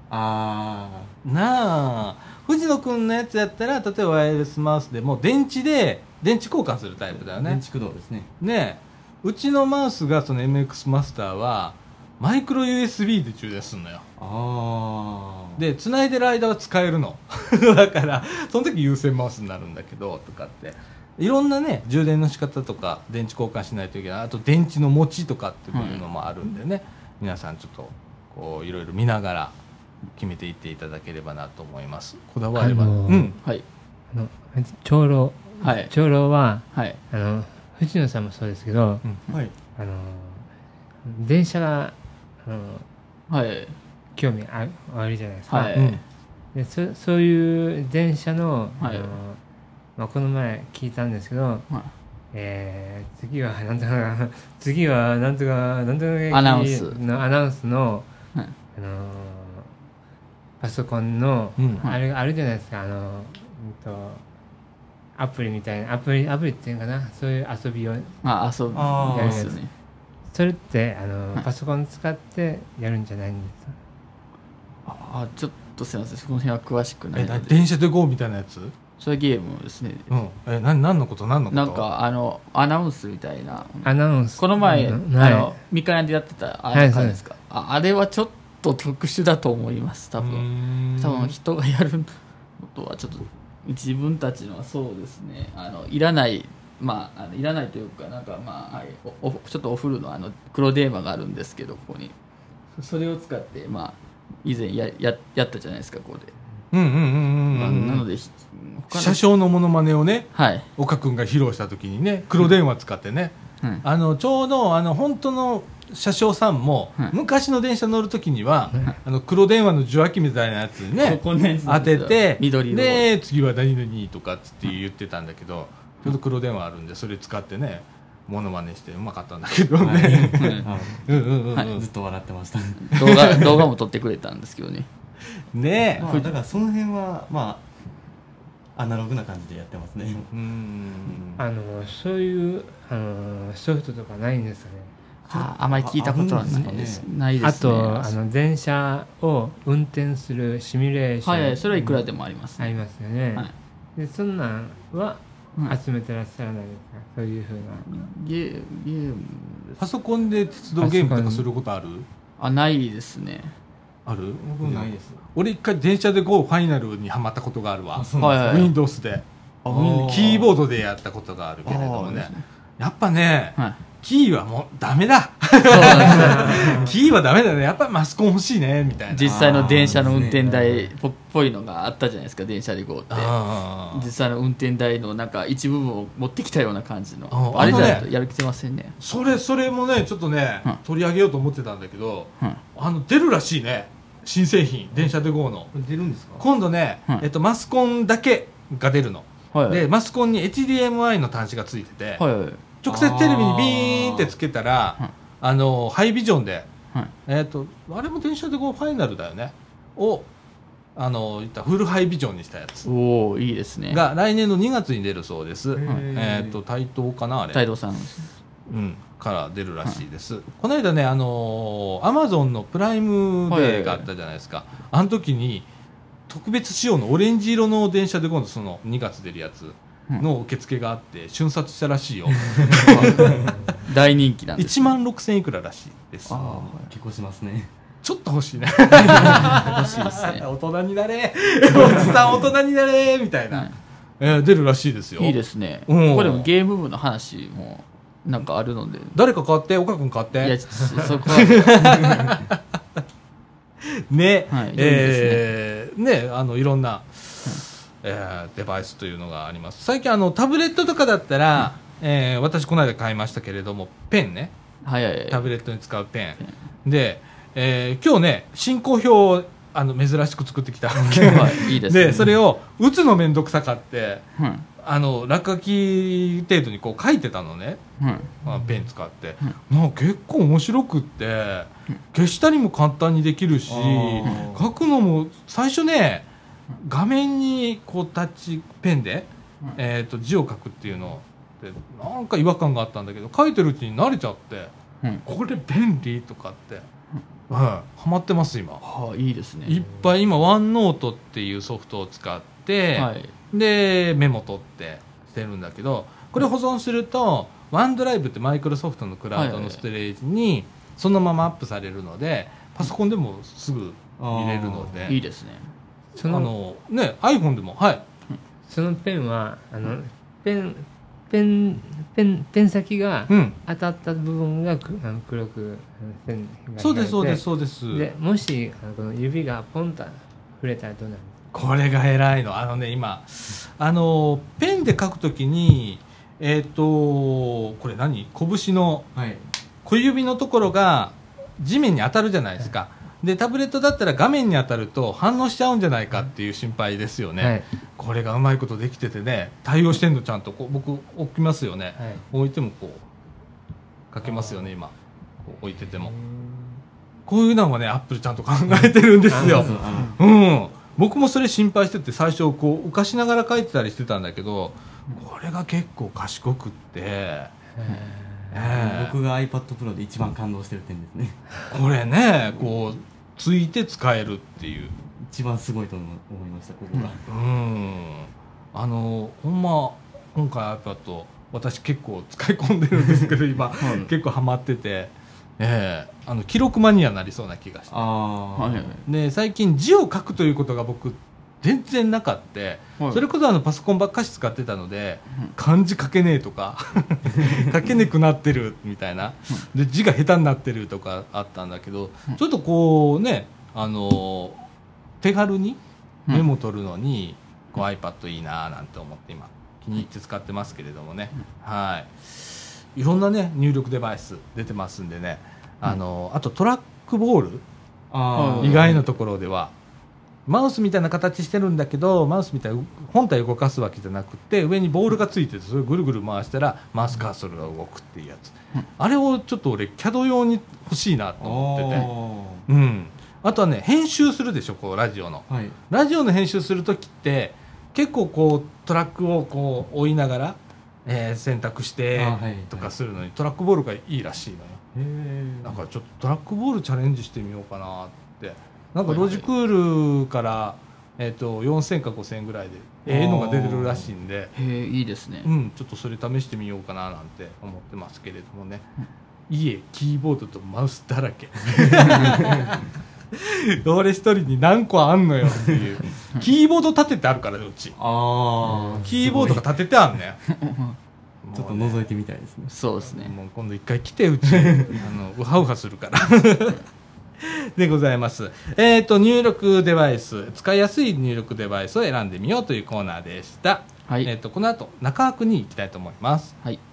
Speaker 2: あ
Speaker 1: なあ藤野くんのやつやったら例えばワイヤレスマウスでも電池で電池交換するタイプだよね。
Speaker 2: 電池駆動ですね。
Speaker 1: ねえうちのマウスがその エムエックス マスターはマイクロ ユーエスビー で充電するのよ。
Speaker 2: ああ
Speaker 1: で繋いでる間は使えるのだからその時有線マウスになるんだけどとかっていろんなね充電の仕方とか電池交換しないといけない、あと電池の持ちとかっていうのもあるんでね、皆さんちょっとこういろいろ見ながら決めていっていただければなと思います。こだわれば、
Speaker 3: あのー
Speaker 1: うん
Speaker 4: はい
Speaker 3: あの長老、
Speaker 4: はい
Speaker 3: 長老は
Speaker 4: はい
Speaker 3: あの藤野さんもそうですけど、
Speaker 2: はい
Speaker 3: あの電車があの
Speaker 4: はい
Speaker 3: 興味ああるじゃないですか、
Speaker 4: はい、
Speaker 1: うん
Speaker 3: でそそういう電車の、
Speaker 4: はい
Speaker 3: あのまあ、この前聞いたんですけど、
Speaker 4: はい
Speaker 3: えー次はなんとか次はなんとかなんとか駅
Speaker 4: アナウンス
Speaker 3: のアナウンスの、
Speaker 4: はい
Speaker 3: あのパソコンの、
Speaker 1: うん
Speaker 3: あれあるじゃないですか、あの、うんとアプリみたいなアプリアプリっていうのかな、そういう遊びを
Speaker 4: あ遊び
Speaker 2: あー
Speaker 4: ですよね。
Speaker 3: それってあの、
Speaker 4: はい
Speaker 3: パソコン使ってやるんじゃないんですか。
Speaker 4: あちょっとすみませんその辺は詳しくな
Speaker 1: え
Speaker 4: いので
Speaker 1: 電車で ゴー みたいなやつ、
Speaker 4: それゲームですね。
Speaker 1: うん、えな何のこと何のこと
Speaker 4: なんかあのアナウンスみたいな
Speaker 3: アナウンス
Speaker 4: この前、
Speaker 3: うん
Speaker 4: あの
Speaker 3: はい
Speaker 4: みかん屋でやってたあ
Speaker 3: はい
Speaker 4: の感じですか、ああれはちょっと特殊だと思います多
Speaker 1: うー
Speaker 4: 分
Speaker 1: ん
Speaker 4: 多分人がやるのとはちょっと自分たちのはそうですねあのいらないまああのいらないというかなんかまあ、はい、おおちょっとお風呂のあの黒電話があるんですけどここにそれを使ってまあ以前やややったじゃないですかここで、
Speaker 1: うんうんうんうん
Speaker 4: まあ
Speaker 1: うん
Speaker 4: なのでひ他の
Speaker 1: 車掌のモノマネをね
Speaker 4: はい、
Speaker 1: 岡君が披露した時にね黒電話使ってね、
Speaker 4: うん
Speaker 1: あのちょうどあの本当の車掌さんも、
Speaker 4: はい
Speaker 1: 昔の電車乗る時には、あの黒電話の受話器みたいなやつにね
Speaker 4: こんなやつ
Speaker 1: 当てて
Speaker 4: 緑の
Speaker 1: で次は何々とかっつって言ってたんだけど、ちょっと黒電話あるんでそれ使ってねモノマネしてうまかったんだけどね、
Speaker 2: は
Speaker 1: うんうんうんうん、
Speaker 2: いずっと笑ってました
Speaker 4: 動画動画も撮ってくれたんですけどね
Speaker 1: ねえ、
Speaker 2: まあだからその辺はまあアナログな感じでやってますね
Speaker 1: うーん
Speaker 3: あのそういうあのソフトとかないんですかね。
Speaker 4: ああまり聞いたことはないで
Speaker 2: ああるんですすか
Speaker 4: ないですね
Speaker 3: あとあの電車を運転するシミュレーション、
Speaker 4: はいはいそれはいくらでもありますね
Speaker 3: ありますよね、
Speaker 4: はい
Speaker 3: でそんなんは
Speaker 4: はい
Speaker 3: 集めてらっしゃらないですか、そういうふうな。
Speaker 4: ゲーゲーム
Speaker 1: パソコンで鉄道ゲームとかすることある
Speaker 4: あないですね
Speaker 1: ある
Speaker 2: 僕ないです
Speaker 1: 俺一回電車で ゴー ファイナルにハマったことがあるわ
Speaker 2: あそうなんです
Speaker 4: はいはい
Speaker 1: Windows で
Speaker 2: あ Windows
Speaker 1: キーボードでやったことがあるけれどもね
Speaker 4: あーですね
Speaker 1: やっぱね
Speaker 4: はい
Speaker 1: キーはもうダメだキーはダメだねやっぱマスコン欲しいねみたいな
Speaker 4: 実際の電車の運転台っぽいのがあったじゃないですか電車で ゴー って
Speaker 1: あー
Speaker 4: 実際の運転台のなんか一部分を持ってきたような感じの
Speaker 1: あ
Speaker 4: あれじゃない
Speaker 1: あのね
Speaker 4: とやる気出ませんね
Speaker 1: それそれもねちょっとね
Speaker 4: うん
Speaker 1: 取り上げようと思ってたんだけど
Speaker 4: はい
Speaker 1: あの出るらしいね新製品電車で ゴー の
Speaker 2: 出るんですか
Speaker 1: 今度ね
Speaker 4: はい
Speaker 1: えっとマスコンだけが出るの
Speaker 4: はい
Speaker 1: でマスコンに エイチディーエムアイ の端子がついてて
Speaker 4: はいはい
Speaker 1: 直接テレビにビーンってつけたら
Speaker 4: はい
Speaker 1: あのハイビジョンで
Speaker 4: はい
Speaker 1: えっとあれも電車で ゴー ファイナルだよねをあのいったフルハイビジョンにしたやつ
Speaker 4: おおいいですね
Speaker 1: が来年のにがつに出るそうです
Speaker 2: へー
Speaker 1: えっと台東かなあれ
Speaker 4: 太蔵さん
Speaker 1: うん、から出るらしいです、この間ねあのアマゾンのプライムデーがあったじゃないですか、あの時に特別仕様のオレンジ色の電車で今度そのにがつ出るやつの受付があって瞬殺したらしいよ
Speaker 4: 大人気なんです
Speaker 1: いちまんろくせんいくららしいです
Speaker 4: あ
Speaker 2: 結構しますね
Speaker 1: ちょっと欲しいね
Speaker 4: あ欲しいですね
Speaker 1: 大人になれおじさん大人になれみたいな、
Speaker 4: はい
Speaker 1: えー出るらしいですよ
Speaker 4: いいですね
Speaker 1: うん
Speaker 4: ここでもゲーム部の話もなんかあるので
Speaker 1: 誰か買って岡君買って
Speaker 4: いやちょっとそこは
Speaker 1: ね、
Speaker 4: はい
Speaker 1: えーねあのいろんな、えーデバイスというのがあります最近あのタブレットとかだったら、えー私この間買いましたけれどもペンね
Speaker 4: はいはいはい
Speaker 1: タブレットに使うペンで、えー今日ね進行表をあの珍しく作ってきたわけ
Speaker 4: はいいいですね
Speaker 1: でそれを打つのめんどくさかって
Speaker 4: はい
Speaker 1: あの落書き程度にこう書いてたのね、
Speaker 4: はい
Speaker 1: まあ、ペン使って、なんか結構面白くって消したりも簡単にできるし
Speaker 2: あー
Speaker 1: 書くのも最初ね画面にこうタッチペンで、えー、と字を書くっていうのでなんか違和感があったんだけど書いてるうちに慣れちゃって
Speaker 4: うん
Speaker 1: これ便利とかってはい、ハマってます今。
Speaker 4: はあ、いいですね。
Speaker 1: いっぱい今ワンノートっていうソフトを使って、
Speaker 4: はい、
Speaker 1: でメモ取ってしてるんだけど、これ保存するとワンドライブってマイクロソフトのクラウドのストレージにそのままアップされるので、パソコンでもすぐ見れるので
Speaker 4: いいですね。
Speaker 3: その
Speaker 1: あのね iPhone でも、はい、
Speaker 3: そのペンはあのペンペンペンペン先が
Speaker 1: うん、
Speaker 3: 当たった部分がくあの黒くあの線が
Speaker 1: そうですそう
Speaker 3: 引かれて
Speaker 1: ですそうです。
Speaker 3: でもしあのこの指がポンと触れたらどうなるんです
Speaker 1: これが偉いの。あのね今あのペンで書くときにえっ、とこれ何拳の
Speaker 2: はい
Speaker 1: 小指のところが地面に当たるじゃないですか。でタブレットだったら画面に当たると反応しちゃうんじゃないかっていう心配ですよね、
Speaker 3: はい
Speaker 1: これがうまいことできててね、対応してんのちゃんとこう僕置きますよね、
Speaker 3: はい
Speaker 1: 置いてもこう書けますよね。今こう置いててもこういうのもねアップルちゃんと考えてるんですよ。
Speaker 2: そうあの
Speaker 1: うん、僕もそれ心配してて最初こう浮かしながら書いてたりしてたんだけど、これが結構賢くって、ええ
Speaker 2: 僕が iPad Pro で一番感動してる点ですね。
Speaker 1: これねこうついて使えるっていう、
Speaker 2: 一番すごいと思いましたここが。
Speaker 1: うんあのほんま今回 iPad 私結構使い込んでるんですけど今、
Speaker 4: はい
Speaker 1: 結構ハマってて、ええあの記録マニアになりそうな気がして、
Speaker 2: ああ、
Speaker 4: はいはい
Speaker 1: で最近字を書くということが僕全然なかって、
Speaker 4: はい
Speaker 1: それこそあのパソコンばっかし使ってたので、漢字書けねえとか書けねくなってるみたいな、で字が下手になってるとかあったんだけど、ちょっとこうねあの手軽にメモ取るのに、こう iPad いいななんて思って今気に入って使ってますけれどもね、はいいろんなね入力デバイス出てますんでね、あのあとトラックボール
Speaker 2: あー
Speaker 1: 以外のところではマウスみたいな形してるんだけど、マウスみたいに本体を動かすわけじゃなくて上にボールがついててそれをぐるぐる回したらマウスカーソルが動くっていうやつ、あれをちょっと俺 キャド 用に欲しいなと思ってて、うん、あとはね編集するでしょこうラジオの
Speaker 2: あーはい
Speaker 1: ラジオの編集するときって結構こうトラックをこう追いながら、えー選択して
Speaker 2: あはい
Speaker 1: とかするのにトラックボールがいいらしいのよ。
Speaker 2: へえ。
Speaker 1: なんかちょっとトラックボールチャレンジしてみようかなって、なんかロジクールから、えー、とよんせんかごせんぐらいでええのが出てるらしいんで、
Speaker 4: へえ、いいですね。
Speaker 1: うん、ちょっとそれ試してみようかななんて思ってますけれどもね、家キーボードとマウスだらけ俺一人に何個あんのよっていうキーボード立ててあるからねうち
Speaker 2: ああ、
Speaker 1: キーボードが立ててあんねん
Speaker 2: ちょっと覗いてみたいですね。
Speaker 4: そうですね。
Speaker 1: もう今度一回来てうちあのウハウハするからでございます。えっ、と入力デバイス、使いやすい入力デバイスを選んでみようというコーナーでした。
Speaker 4: はい
Speaker 1: えっ、とこの後中枠に行きたいと思います。
Speaker 4: はい。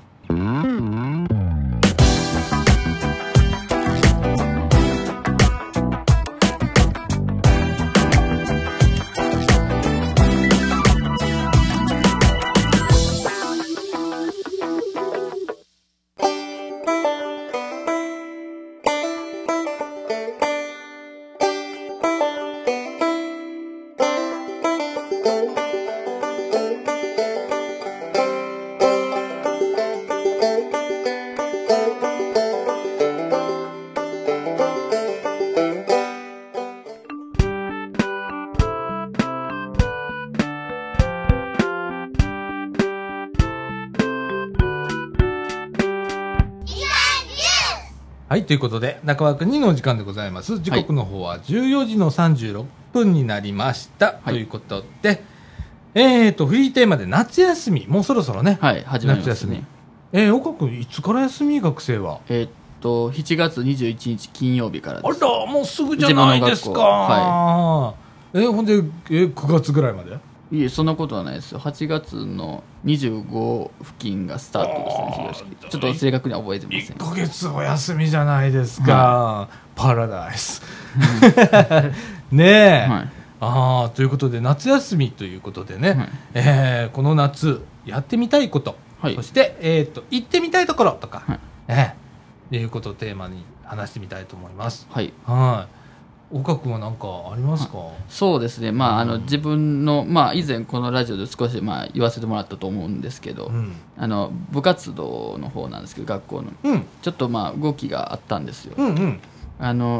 Speaker 1: はいということで中枠にのお時間でございます。時刻の方はじゅうよじのさんじゅうろっぷんになりました、
Speaker 4: はい
Speaker 1: ということで、えっ、とフリーテーマで夏休みもうそろそろね、
Speaker 4: はい、始まり
Speaker 1: 夏休み
Speaker 4: ますね。
Speaker 1: えー、岡君いつから休み学生は？
Speaker 4: えーっと、しちがつにじゅういちにち金曜日から
Speaker 1: あ
Speaker 4: です。
Speaker 1: らもうすぐじゃないですか。
Speaker 4: 自分の学校
Speaker 1: はえーほんで、えー、くがつぐらいまで？
Speaker 4: いえ、そんなことはないですよ。はちがつのにじゅうご付近がスタートですね、始業式。ちょっと正確には覚えてませ
Speaker 1: 1
Speaker 4: ん。
Speaker 1: ヶ月お休みじゃないですか、パラダイスねえ、
Speaker 4: はい。
Speaker 1: ああということで夏休みということでね、
Speaker 4: はい
Speaker 1: えーこの夏やってみたいこと、
Speaker 4: はい
Speaker 1: そして、えー、と行ってみたいところとか、
Speaker 4: はい
Speaker 1: えーいうことをテーマに話してみたいと思います。
Speaker 4: はい。
Speaker 1: はい岡君は何かありますか？
Speaker 4: そうですね、まあ、あの自分の、まあ、以前このラジオで少し、まあ、言わせてもらったと思うんですけど、
Speaker 1: うん、
Speaker 4: あの部活動の方なんですけど、学校の
Speaker 1: うん
Speaker 4: ちょっとまあ動きがあったんですよ。
Speaker 1: うんうん
Speaker 4: あの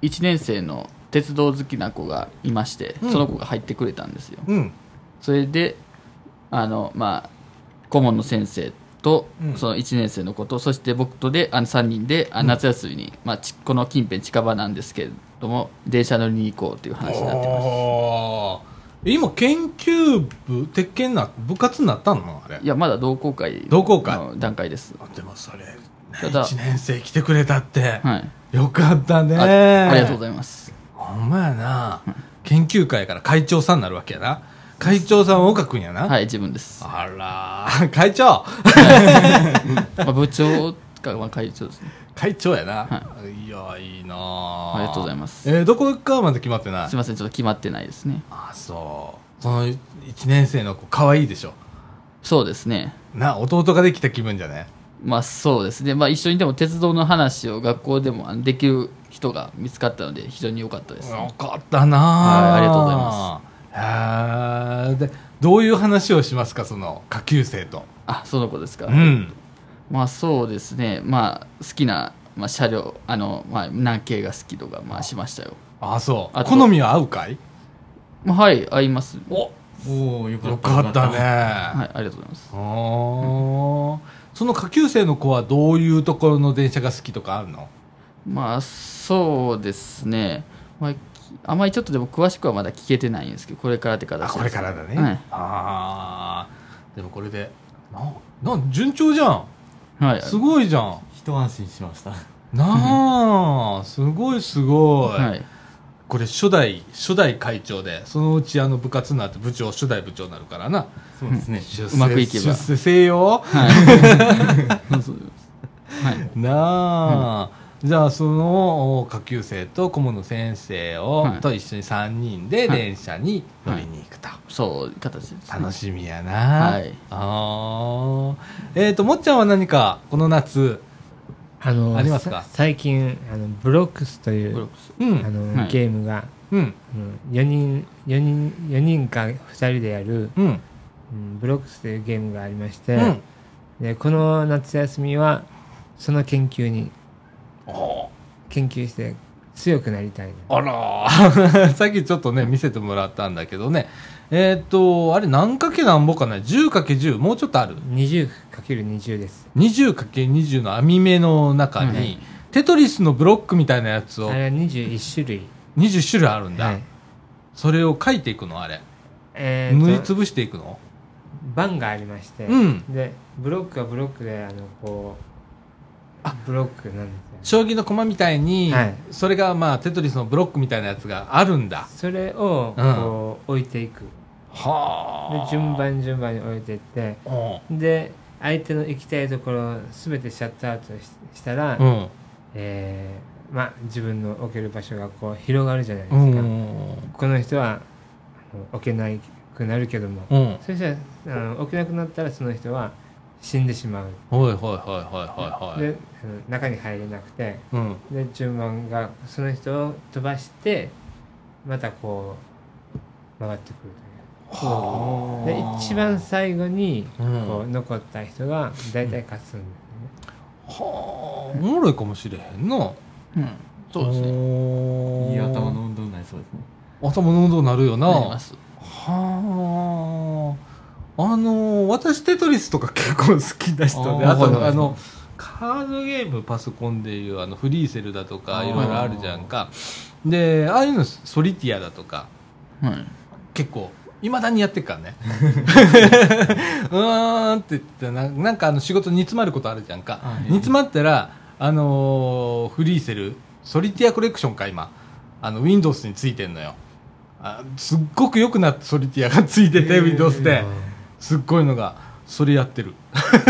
Speaker 4: いちねん生の鉄道好きな子がいまして、
Speaker 1: うん
Speaker 4: その子が入ってくれたんですよ。
Speaker 1: うん
Speaker 4: それであの、まあ、顧問の先生と、
Speaker 1: うん
Speaker 4: そのいちねん生の子とそして僕とであのさんにんであ夏休みに、まあ、ちこの近辺近場なんですけれども電車乗りに行こうという話になってます。
Speaker 1: あー今研究部鉄拳な部活になったのあれ。
Speaker 4: いやまだ同好会
Speaker 1: 同好会
Speaker 4: の段階です。
Speaker 1: でもそれ
Speaker 4: ただ
Speaker 1: いちねん生来てくれたって、
Speaker 4: はい、
Speaker 1: よかったね。
Speaker 4: あありがとうございます。
Speaker 1: ほんまやな、研究会から会長さんになるわけやな。会長さんは岡君やな。
Speaker 4: はい自分です。
Speaker 1: あらー会長
Speaker 4: まあ、部長か、まあ、会長ですね。
Speaker 1: 会長やな、
Speaker 4: はい、
Speaker 1: いやいいな
Speaker 4: ありがとうございます。
Speaker 1: えー、どこかまで決まってない。
Speaker 4: すいませんちょっと決まってないですね。
Speaker 1: あそうそのいちねん生の子可愛いでしょ。
Speaker 4: そうですね。
Speaker 1: な弟ができた気分じゃね。
Speaker 4: まあそうですね、まあ、一緒にでも鉄道の話を学校でもあのできる人が見つかったので非常に良かったです。
Speaker 1: よかったな、
Speaker 4: はいありがとうございます。
Speaker 1: へーでどういう話をしますかその下級生と。
Speaker 4: あその子ですか。
Speaker 1: うん
Speaker 4: まあそうですね、まあ好きな、まあ、車両あの、まあ、何系が好きとか、まあ、しましたよ。
Speaker 1: あそう
Speaker 4: あと
Speaker 1: 好みは合うかい。
Speaker 4: まあ、はい合います。
Speaker 1: お
Speaker 2: おおよかった
Speaker 1: よかったね、
Speaker 4: はいありがとうございます。
Speaker 1: あーその下級生の子はどういうところの電車が好きとかあるの。
Speaker 4: まあそうですね、まあ、きあまりちょっとでも詳しくはまだ聞けてないんですけどこれからって形です。
Speaker 1: あこれからだね、
Speaker 4: はい
Speaker 1: ああでもこれでなな順調じゃん。
Speaker 4: はい
Speaker 1: すごいじゃん
Speaker 2: 一安心しました。
Speaker 1: なあすごいすごい、
Speaker 4: はい
Speaker 1: これ初代初代会長でそのうちあの部活になって部長初代部長になるからな。
Speaker 2: そうですね。
Speaker 1: 出世
Speaker 4: うまくいけば
Speaker 1: 出世せよ
Speaker 4: はいそうですはい
Speaker 1: なあ、じゃあその下級生と顧問の先生を、
Speaker 4: はい
Speaker 1: と一緒にさんにんで電車に乗りに行くと、
Speaker 4: そういう形です、ね、
Speaker 1: 楽しみやな、
Speaker 4: はい
Speaker 1: あえっ、ー、ともっちゃんは何かこの夏
Speaker 3: あの
Speaker 1: ありますか。
Speaker 3: さ最近あのブロックスという
Speaker 4: ブロックス
Speaker 1: うん
Speaker 3: あの、
Speaker 4: はい
Speaker 3: ゲームが、
Speaker 1: うん
Speaker 3: うん、よにんよにんよにんかふたりでやる、
Speaker 1: うん
Speaker 3: うん、ブロックスというゲームがありまして、
Speaker 1: うん
Speaker 3: でこの夏休みはその研究に
Speaker 1: お
Speaker 3: 研究して強くなりたいな。
Speaker 1: あらーさっきちょっとね見せてもらったんだけどねえっ、ー、とあれ何かけなんぼかな じゅうかけるじゅう もうちょっとある
Speaker 3: にじゅうかけるにじゅう です。
Speaker 1: にじゅうかけるにじゅう の網目の中に、
Speaker 3: はい
Speaker 1: テトリスのブロックみたいなやつを
Speaker 3: あれはにじゅういち種類、
Speaker 1: にじゅっ種類あるんだ、
Speaker 3: はい
Speaker 1: それを書いていくのあれ
Speaker 3: えーと
Speaker 1: 塗りつぶしていくの。
Speaker 3: 番がありまして、
Speaker 1: うん
Speaker 3: でブロックはブロックであのこうブロックなんですよ。
Speaker 1: 将棋の駒みたいに、
Speaker 3: はい
Speaker 1: それがまあテトリスのブロックみたいなやつがあるんだ。
Speaker 3: それを
Speaker 1: うん
Speaker 3: こう置いていく、
Speaker 1: は
Speaker 3: で順番順番に置いていって
Speaker 1: うん
Speaker 3: で相手の行きたいところを全てシャットアウトししたら、
Speaker 1: うん
Speaker 3: えーまあ、自分の置ける場所がこう広がるじゃないです
Speaker 1: う
Speaker 3: か、
Speaker 1: ん
Speaker 3: この人はあの置けなくなるけども、
Speaker 1: うん
Speaker 3: そしたらあの置けなくなったらその人は死んでしまう。
Speaker 1: はいはいはいはいはいはい
Speaker 3: であの中に入れなくて
Speaker 1: うん
Speaker 3: で順番がその人を飛ばしてまたこう回ってくるという。
Speaker 1: は
Speaker 3: で一番最後に
Speaker 1: うん
Speaker 3: こう残った人が大体勝つんですね。
Speaker 1: はあおもろいかもしれへんな。
Speaker 4: うん、そうですね
Speaker 1: ね
Speaker 2: いい頭の運動になりそうですね。
Speaker 1: 頭の運動になるよな。
Speaker 4: なります。
Speaker 1: はああの私テトリスとか結構好きな人であと、
Speaker 2: あーはいはいはい
Speaker 1: あのカードゲームパソコンでいうあのフリーセルだとか
Speaker 2: あー
Speaker 1: いろいろあるじゃんか。でああいうのソリティアだとか
Speaker 4: はい
Speaker 1: 結構いまだにやってっからねうーんって言ってななんかあの仕事煮詰まることあるじゃんか、
Speaker 2: あ
Speaker 1: 煮詰まったらあのーフリーセルソリティアコレクションか今あの Windows についてんのよ。あすっごく良くなってソリティアがついてて Windows ですっごいのがそれやってる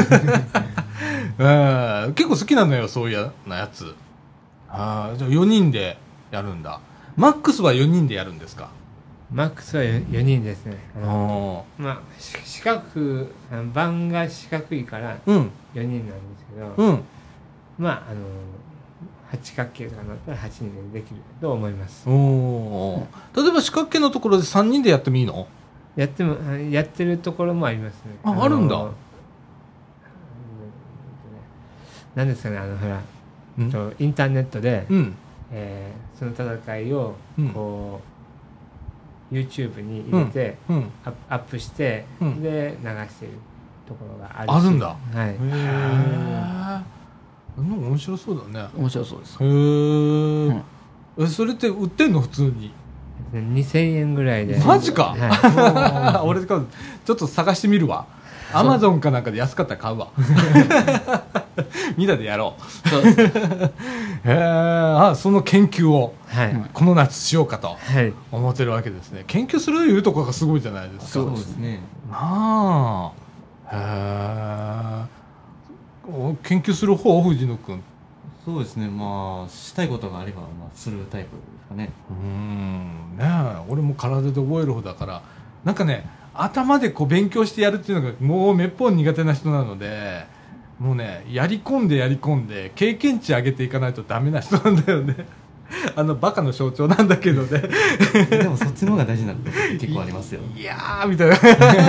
Speaker 1: うん結構好きなのよそういうなやつ。あじゃあよにんでやるんだ。マックスはよにんでやるんですか。
Speaker 3: マックスは よにんですね。あの
Speaker 1: あ
Speaker 3: まあし四角あの番が四角いから
Speaker 1: うん
Speaker 3: よにんなんですけど、
Speaker 1: うん
Speaker 3: まああの八角形とかになったらはちにんでできると思います。
Speaker 1: おー例えば四角形のところでさんにんでやってもいいの。
Speaker 3: やってもあやってるところもありますね。の
Speaker 1: ああるんだ。
Speaker 3: なんですかねあのほら
Speaker 1: うん
Speaker 3: とインターネットで、
Speaker 1: うん
Speaker 3: えーその戦いを
Speaker 1: うん
Speaker 3: こう、YouTube に入れて、
Speaker 1: うん
Speaker 3: アップアップして、
Speaker 1: うん
Speaker 3: で流してるところがあるし
Speaker 1: あるんだ
Speaker 3: はい
Speaker 1: へえ面白そうだね
Speaker 4: 面白そうです。
Speaker 1: へえ、えそれって売ってんの普通に
Speaker 3: にせんえんぐらいで
Speaker 1: マジか
Speaker 3: は
Speaker 1: 俺ちょっと探してみるわアマゾンかなんかで安かったら買うわみんなでやろう
Speaker 4: そうです。
Speaker 1: へえあその研究を
Speaker 3: いはい、
Speaker 1: この夏しようかと
Speaker 3: はい、
Speaker 1: 思ってるわけですね研究するいうとこがすごいじゃないですか
Speaker 2: そうですね。
Speaker 1: なあへえお研究する方藤野君
Speaker 2: そうですね。まあしたいことがあればまあするタイプですかね。
Speaker 1: うーんねえ俺も体で覚える方だからなんかね頭でこう勉強してやるっていうのがもうめっぽう苦手な人なのでもうねやり込んでやり込んで経験値上げていかないとダメな人なんだよねあのバカの象徴なんだけどね
Speaker 2: でもそっちの方が大事なこと結構ありますよ。
Speaker 1: いやーみたいな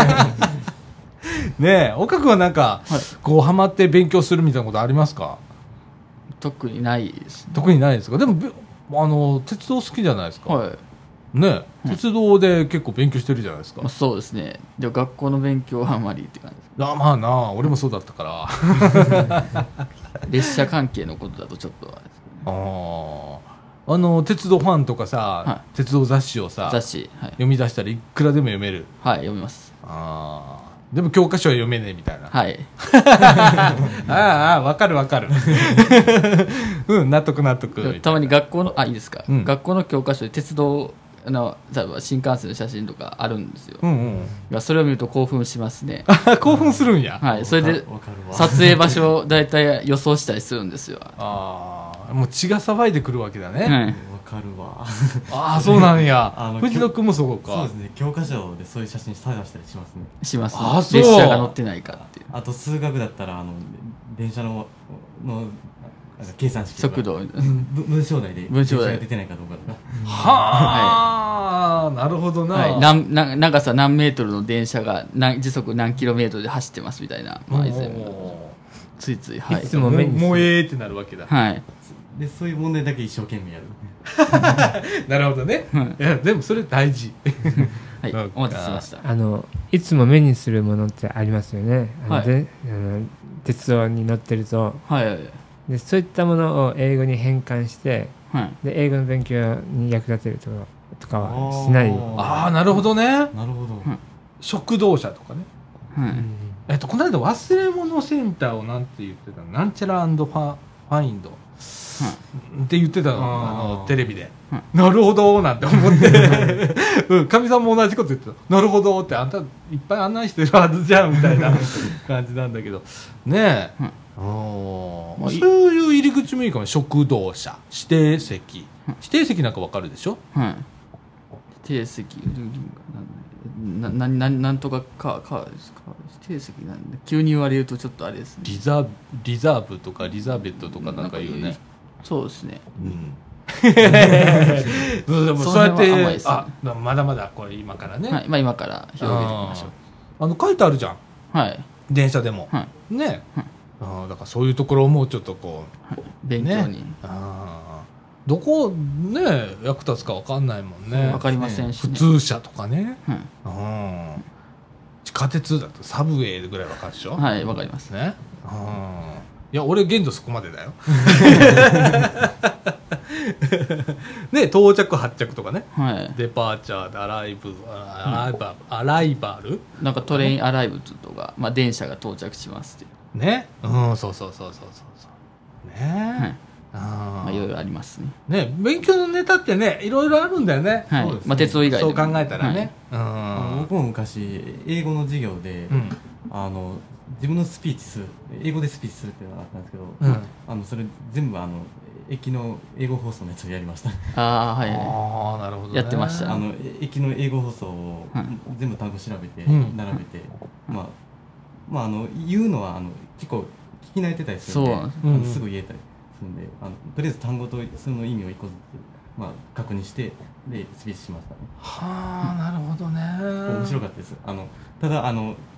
Speaker 1: ねえ岡君はなんか、
Speaker 4: はい
Speaker 1: こうハマって勉強するみたいなことありますか
Speaker 4: 特にないですね。
Speaker 1: 特にないですかでもべあの鉄道好きじゃないですか、
Speaker 4: はい。
Speaker 1: ねえ鉄道で結構勉強してるじゃないですか、
Speaker 4: まあ、そうですね。でも学校の勉強はあまりって感じです。
Speaker 1: あまあなあ俺もそうだったから
Speaker 4: 列車関係のことだとちょっとあれですけどね。
Speaker 1: あーあの鉄道ファンとかさ、
Speaker 4: は
Speaker 1: 鉄道雑誌をさ
Speaker 4: 雑誌、はい。
Speaker 1: 読み出したらいくらでも読める
Speaker 4: はい、読みます。
Speaker 1: あーでも教科書は読めねえみたいな、
Speaker 4: はい。
Speaker 1: ああ分かる分かるうん納得納得みいな
Speaker 4: たまに学校の、あ、いいですか。
Speaker 1: うん
Speaker 4: 学校の教科書で鉄道の、例えば新幹線の写真とかあるんですよ。
Speaker 1: うんうん
Speaker 4: いやそれを見ると興奮しますね。
Speaker 1: あ興奮するんや、
Speaker 4: はい。それで
Speaker 2: わかるわ。
Speaker 4: 撮影場所を大体予想したりするんですよ。
Speaker 1: ああもう血が騒いでくるわけだね、
Speaker 4: はい。
Speaker 2: わかるわ。
Speaker 1: ああそうなんや
Speaker 2: あの
Speaker 1: 藤野君もそうか
Speaker 2: そうですね。教科書でそういう写真探したりしますね。
Speaker 4: します、ね。
Speaker 1: あそう
Speaker 4: 列車が乗ってないかっていう。
Speaker 2: あと数学だったらあの電車ののなんか計算式とか
Speaker 4: 速度。
Speaker 2: ぶ文章題で
Speaker 4: 文章題
Speaker 2: 電車が出てないかどうかとか。
Speaker 1: はあ、なるほどな、
Speaker 4: はい、なんな長さ何メートルの電車が何時速何キロメートルで走ってますみたいな、まあ、以前もついつい、はい
Speaker 3: いつも目にする
Speaker 1: もうええってなるわけだ
Speaker 4: はい、
Speaker 2: でそういう問題だけ一生懸命やる。
Speaker 1: なるほどね、いやでもそれ大事
Speaker 4: はい
Speaker 1: そうか
Speaker 4: お待たせしました。
Speaker 3: あのいつも目にするものってありますよねあの、
Speaker 4: はい
Speaker 3: であの鉄道に乗ってると
Speaker 4: はいはい
Speaker 3: でそういったものを英語に変換して
Speaker 4: はい
Speaker 3: で英語の勉強に役立てるとかとかはしない、
Speaker 1: ああなるほどね
Speaker 2: なるほど。
Speaker 1: 食堂車とかね
Speaker 4: はい
Speaker 1: えっとこの間忘れ物センターをなんて言ってたのなんちゃらファファインドって言ってたの
Speaker 2: あー
Speaker 1: あのテレビで、
Speaker 4: はい
Speaker 1: なるほどなんて思ってうんかみさんも同じこと言ってたなるほどってあんたいっぱい案内してるはずじゃんみたいな感じなんだけどねえ、
Speaker 4: はい
Speaker 1: あー
Speaker 4: まあい
Speaker 1: そういう入り口もいいかも食堂車指定席指定席なんかわかるでしょ
Speaker 4: はい指定席ななななんとかかかですか指定席なんで急に言われるとちょっとあれですね。
Speaker 1: リザリザーブとかリザーベットとかなんか言うね
Speaker 4: そうですね。
Speaker 1: うんそうでも
Speaker 4: そ
Speaker 1: そうやって
Speaker 4: の辺は甘いですね
Speaker 1: あまだまだこれ今からね、
Speaker 4: はい、まあ今から広げていきましょう。
Speaker 1: あの書いてあるじゃん
Speaker 4: はい
Speaker 1: 電車でも、
Speaker 4: はい
Speaker 1: ね、あーだからそういうところをもうちょっとこ
Speaker 4: 勉強に
Speaker 1: う、あーどこね役立つか分かんないもんね
Speaker 4: わかりませんしね。
Speaker 1: 普通車とかね、
Speaker 4: はい
Speaker 1: うん地下鉄だとサブウェイぐらい分かるでしょ、
Speaker 4: はい、わかります。
Speaker 1: ね、うんいや俺現状そこまでだよね到着発着とかね
Speaker 4: はい。
Speaker 1: デパーチャーでアライブアライバアライバル
Speaker 4: なんかトレインアライブとか、まあ、電車が到着しますっていう、
Speaker 1: ねうんそうそうそうそうそうそうね
Speaker 4: はい
Speaker 1: あ
Speaker 4: まあ、いろい
Speaker 1: ー
Speaker 4: ろありますね。
Speaker 1: ね勉強のネタってねいろいろあるんだよね、
Speaker 4: はい
Speaker 2: そうですね
Speaker 4: まあ、鉄道以外でも
Speaker 1: そう考えたらね、
Speaker 2: あの僕も昔英語の授業で、
Speaker 1: うんうん
Speaker 2: あの自分のスピーチする英語でスピーチするっていうのがあったんですけど、
Speaker 1: うん
Speaker 2: あのそれ全部あの駅の英語放送のやつをやりました。
Speaker 4: ああはい、は
Speaker 1: ああなるほど、ね、
Speaker 4: やってました
Speaker 2: あのえ駅の英語放送を
Speaker 4: はい
Speaker 2: 全部単語調べて
Speaker 1: うん
Speaker 2: 並べて、まあまああの言うのはあの結構聞き慣れてたりするんで、
Speaker 4: そう
Speaker 2: あ
Speaker 1: うん
Speaker 2: のすぐ言えたりするんで、あのとりあえず単語とその意味を一個ずつまあ確認してでスピーチしましたね。
Speaker 1: はあなるほどね
Speaker 2: 面白かったです。あのただあの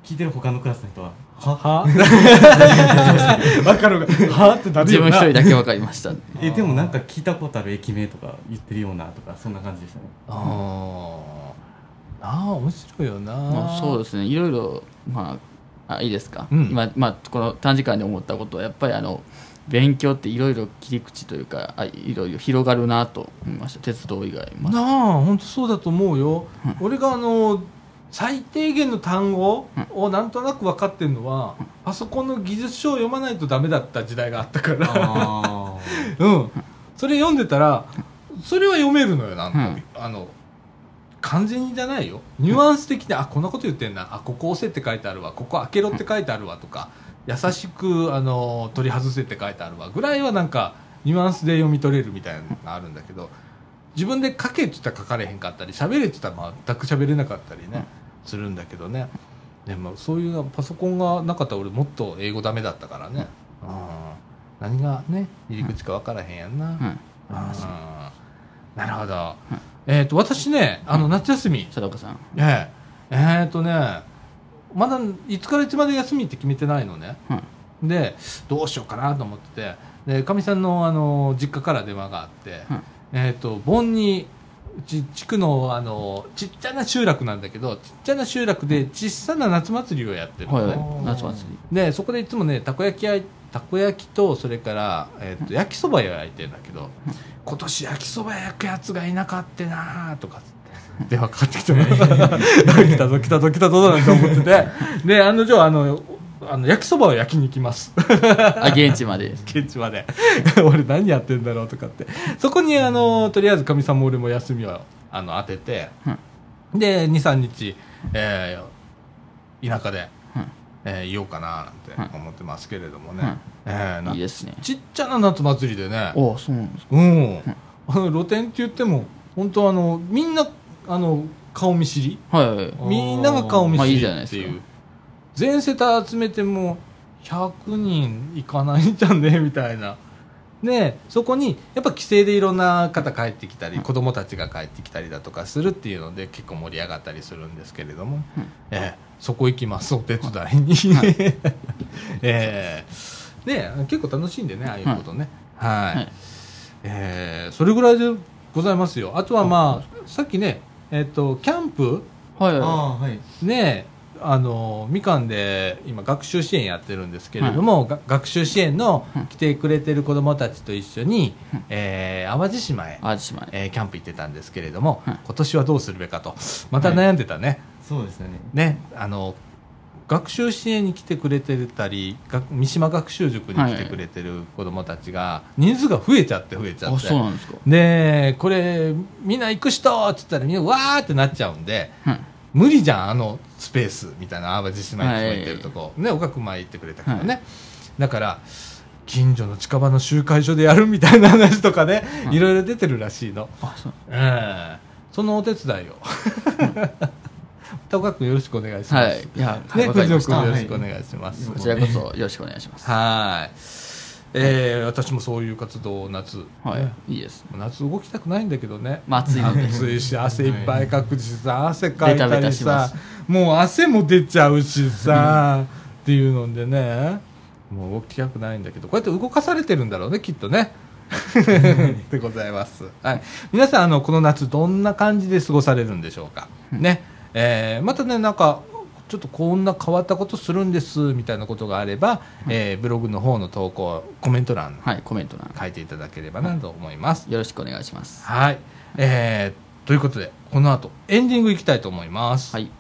Speaker 2: 聞いてる他のクラスの人はは
Speaker 5: はわかるがはってなるよな。
Speaker 4: 自分一人だけ分かりました
Speaker 2: えでもなんか聞いたことある駅名とか言ってるようなとかそんな感じでしたね。
Speaker 1: ああなあ面白いよな、
Speaker 4: まあ、そうですねいろいろまああいいですか、
Speaker 1: うん
Speaker 4: 今、まあ、この短時間で思ったことはやっぱりあの勉強っていろいろ切り口というかあいろいろ広がるなと思いました。鉄道以外も
Speaker 1: なあ本当そうだと思うよ、
Speaker 4: うん
Speaker 1: 俺があの最低限の単語をなんとなく分かってるのは、うん、パソコンの技術書を読まないとダメだった時代があったから
Speaker 2: あ
Speaker 1: うんそれ読んでたらそれは読めるのよなんか、
Speaker 4: うん
Speaker 1: あの完全にじゃないよニュアンス的にあこんなこと言ってんなあここ押せって書いてあるわここ開けろって書いてあるわとか優しくあの取り外せって書いてあるわぐらいはなんかニュアンスで読み取れるみたいなのがあるんだけど自分で書けって言ったら書かれへんかったり喋れって言ったら全く喋れなかったりね、うん、するんだけどねでもそういうパソコンがなかったら俺もっと英語ダメだったからね、うん、何がね入り口か分からへんやんな、うんうん、なるほど、うんえー、と私ねあの夏休み、
Speaker 4: 佐藤さん
Speaker 1: えええー、とねまだいつからいつまで休みって決めてないのね、うん、でどうしようかなと思っててでかみさんの、あの実家から電話があって、うんえー、と盆にうち地区の、あのちっちゃな集落なんだけどちっちゃな集落で小さな夏祭りをやってるのね、
Speaker 4: はい、夏祭り
Speaker 1: でそこでいつもねたこ焼きやたこ焼きとそれから、えー、と焼きそば焼いてるんだけど、うん、今年焼きそば焼くやつがいなかってなとかって電話かかってきて来たぞ来たぞ来たぞなんて思っててで案の定あのあの焼きそばを焼きに行きます
Speaker 4: あ現地まで
Speaker 1: 現地まで俺何やってんだろうとかってそこにあのとりあえずかみさんも俺も休みをあの当てて、うん、で にさんにち、えー、田舎で、うんえー、いようかななんて思ってますけれどもね、うんえー、
Speaker 4: いいですね
Speaker 1: ちっちゃな夏祭りでね
Speaker 4: おそうなんですか、
Speaker 1: うん、あの露店って言っても本当あのみんなあの顔見知り、
Speaker 4: はいはい、
Speaker 1: みんなが顔見知りっていう、
Speaker 4: まあいいじゃないですか
Speaker 1: 全世帯集めてもひゃくにんいかないんじゃんねみたいなでそこにやっぱ帰省でいろんな方帰ってきたり、うん、子供たちが帰ってきたりだとかするっていうので結構盛り上がったりするんですけれども、うんえー、そこ行きますお手伝いに、はいえー、で結構楽しいんでねああいうことね、はいはいはいえー、それぐらいでございますよ。あとはまあさっきね、えー、とキャンプ、
Speaker 4: はいはい
Speaker 2: あはい
Speaker 1: ねあのみかんで今学習支援やってるんですけれども、はい、学習支援の来てくれてる子どもたちと一緒に、うんえー、淡路島へ、
Speaker 4: 淡路島へ
Speaker 1: えー、キャンプ行ってたんですけれども、はい、今年はどうするべかとまた悩んでたね、はい、
Speaker 2: そうですよね
Speaker 1: ねあの学習支援に来てくれてたり三島学習塾に来てくれてる子どもたちが人数が増えちゃって増えちゃって
Speaker 4: あそうなんですか
Speaker 1: でこれみんな行く人って言ったらみんなわーってなっちゃうんで、うん無理じゃんあのスペースみたいな淡路島に行ってるとこ、はい、ね岡君前行ってくれたけどね、はい、だから近所の近場の集会所でやるみたいな話とかね、はい、いろいろ出てるらしいの
Speaker 4: あそう、
Speaker 1: えー、そのお手伝いを岡君よろしくお願いします、
Speaker 4: はい、いや
Speaker 1: ね藤尾君よろしくお願いします、
Speaker 4: はい、こちらこそよろしくお願いします
Speaker 1: はいえー、私もそういう活動を夏、
Speaker 4: はい
Speaker 1: ね、
Speaker 4: いいです
Speaker 1: 夏動きたくないんだけどね、
Speaker 4: まあ、暑いので
Speaker 1: 暑いし汗いっぱいかくしさ汗かいたりさもう汗も出ちゃうしさっていうのでねもう動きたくないんだけどこうやって動かされてるんだろうねきっとねでございます、はい、皆さんあのこの夏どんな感じで過ごされるんでしょうか、ねえー、またねなんかちょっとこんな変わったことするんですみたいなことがあれば、うんえー、ブログの方の投稿コメント欄、
Speaker 4: はい、コメント欄
Speaker 1: 書いていただければなと思います、
Speaker 4: よろしくお願いします。
Speaker 1: はい、えー、ということでこの後エンディングいきたいと思います。
Speaker 4: はい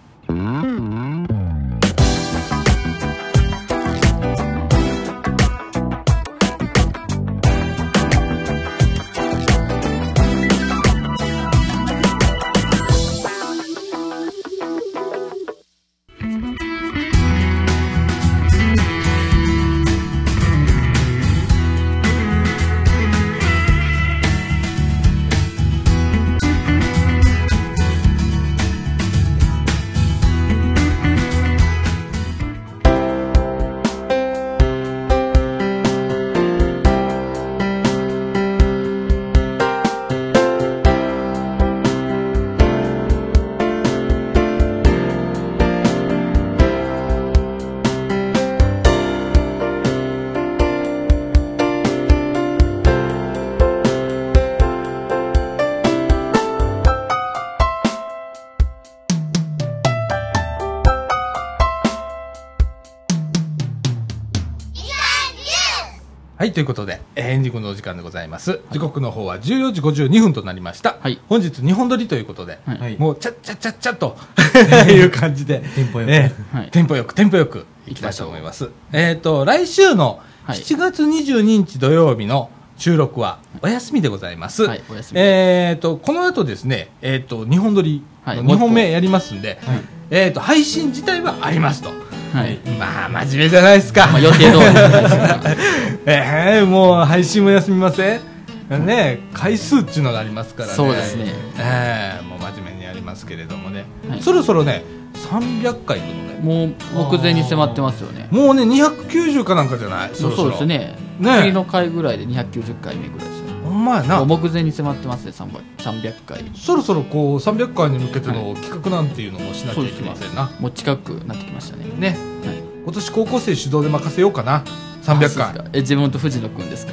Speaker 1: ということで、えーエンディングのお時間でございます。時刻の方はじゅうよじごじゅうにふんとなりました。
Speaker 4: はい
Speaker 1: 本日にほん撮りということで、
Speaker 4: はい
Speaker 2: はい
Speaker 1: もうちゃっちゃっちゃっちゃっという感じで、
Speaker 2: テンポよく
Speaker 1: えー
Speaker 4: はい
Speaker 1: テンポよくテンポよくいきたいと思います。えっ、と来週の
Speaker 4: はい
Speaker 1: しちがつにじゅうににち土曜日の収録はお休みでございます。
Speaker 4: はいお休み
Speaker 1: えっ、とこの後ですね、えっ、とにほん撮り
Speaker 4: はい
Speaker 1: のにほんめやりますんで、
Speaker 2: はい
Speaker 1: えっ、と配信自体はありますと。
Speaker 4: はい
Speaker 1: まあ真面目じゃないですか。
Speaker 4: まあ予定通り
Speaker 1: えー、もう配信も休みませんね、回数っていうのがありますからね。
Speaker 4: そうですね
Speaker 1: えー、もう真面目にやりますけれどもね、
Speaker 4: はい
Speaker 1: そろそろねさんびゃっかいいくのね。
Speaker 4: もう目前に迫ってますよね
Speaker 1: もうねにひゃくきゅうじゅうかなんかじゃない。そろそろ
Speaker 4: そうですね
Speaker 1: ね
Speaker 4: 次の回ぐらいでにひゃくきゅうじゅっかいめぐらいですね
Speaker 1: ほんまやな。
Speaker 4: もう目前に迫ってますねさんびゃっかい
Speaker 1: そろそろこうさんびゃっかいに向けての企画なんていうのもしなきゃいけませんな、
Speaker 4: もう近くなってきましたね
Speaker 1: ね、
Speaker 4: はい
Speaker 1: 今年高校生主導で任せようかな。さんびゃっかい
Speaker 4: あそうですかえ自分と藤野くんですか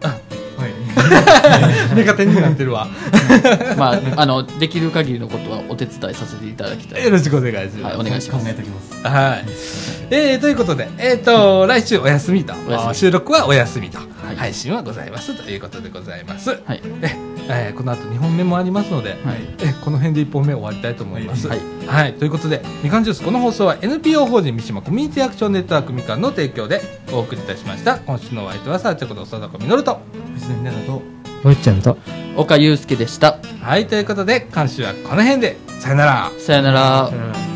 Speaker 2: はい
Speaker 1: 目が点になってるわ
Speaker 4: まああのできる限りのことはお手伝いさせていただきたい
Speaker 1: よろしくお願いします。
Speaker 4: はいお願いします
Speaker 2: 考えておきます。
Speaker 1: はい。えー、ということで、えー、と来週お休みと
Speaker 4: お休み
Speaker 1: 収録はお休みと、
Speaker 4: い
Speaker 1: 配信はございますということでございます。
Speaker 4: はい
Speaker 1: ええーこの後にほんめもありますので、
Speaker 4: はい
Speaker 1: えこの辺でいっぽんめ終わりたいと思います。は
Speaker 4: はいい、
Speaker 1: ということでみかんジュース、この放送は エヌピーオー 法人三島コミュニティアクションネットワークみかんの提供でお送りいたしました。今週のお相手はさあちゃこと佐々子みのると。
Speaker 2: 藤野ひなたと
Speaker 3: もっちゃんと
Speaker 4: 岡祐介でした
Speaker 1: はい、ということで今週はこの辺でさよなら。
Speaker 4: さよなら
Speaker 3: うん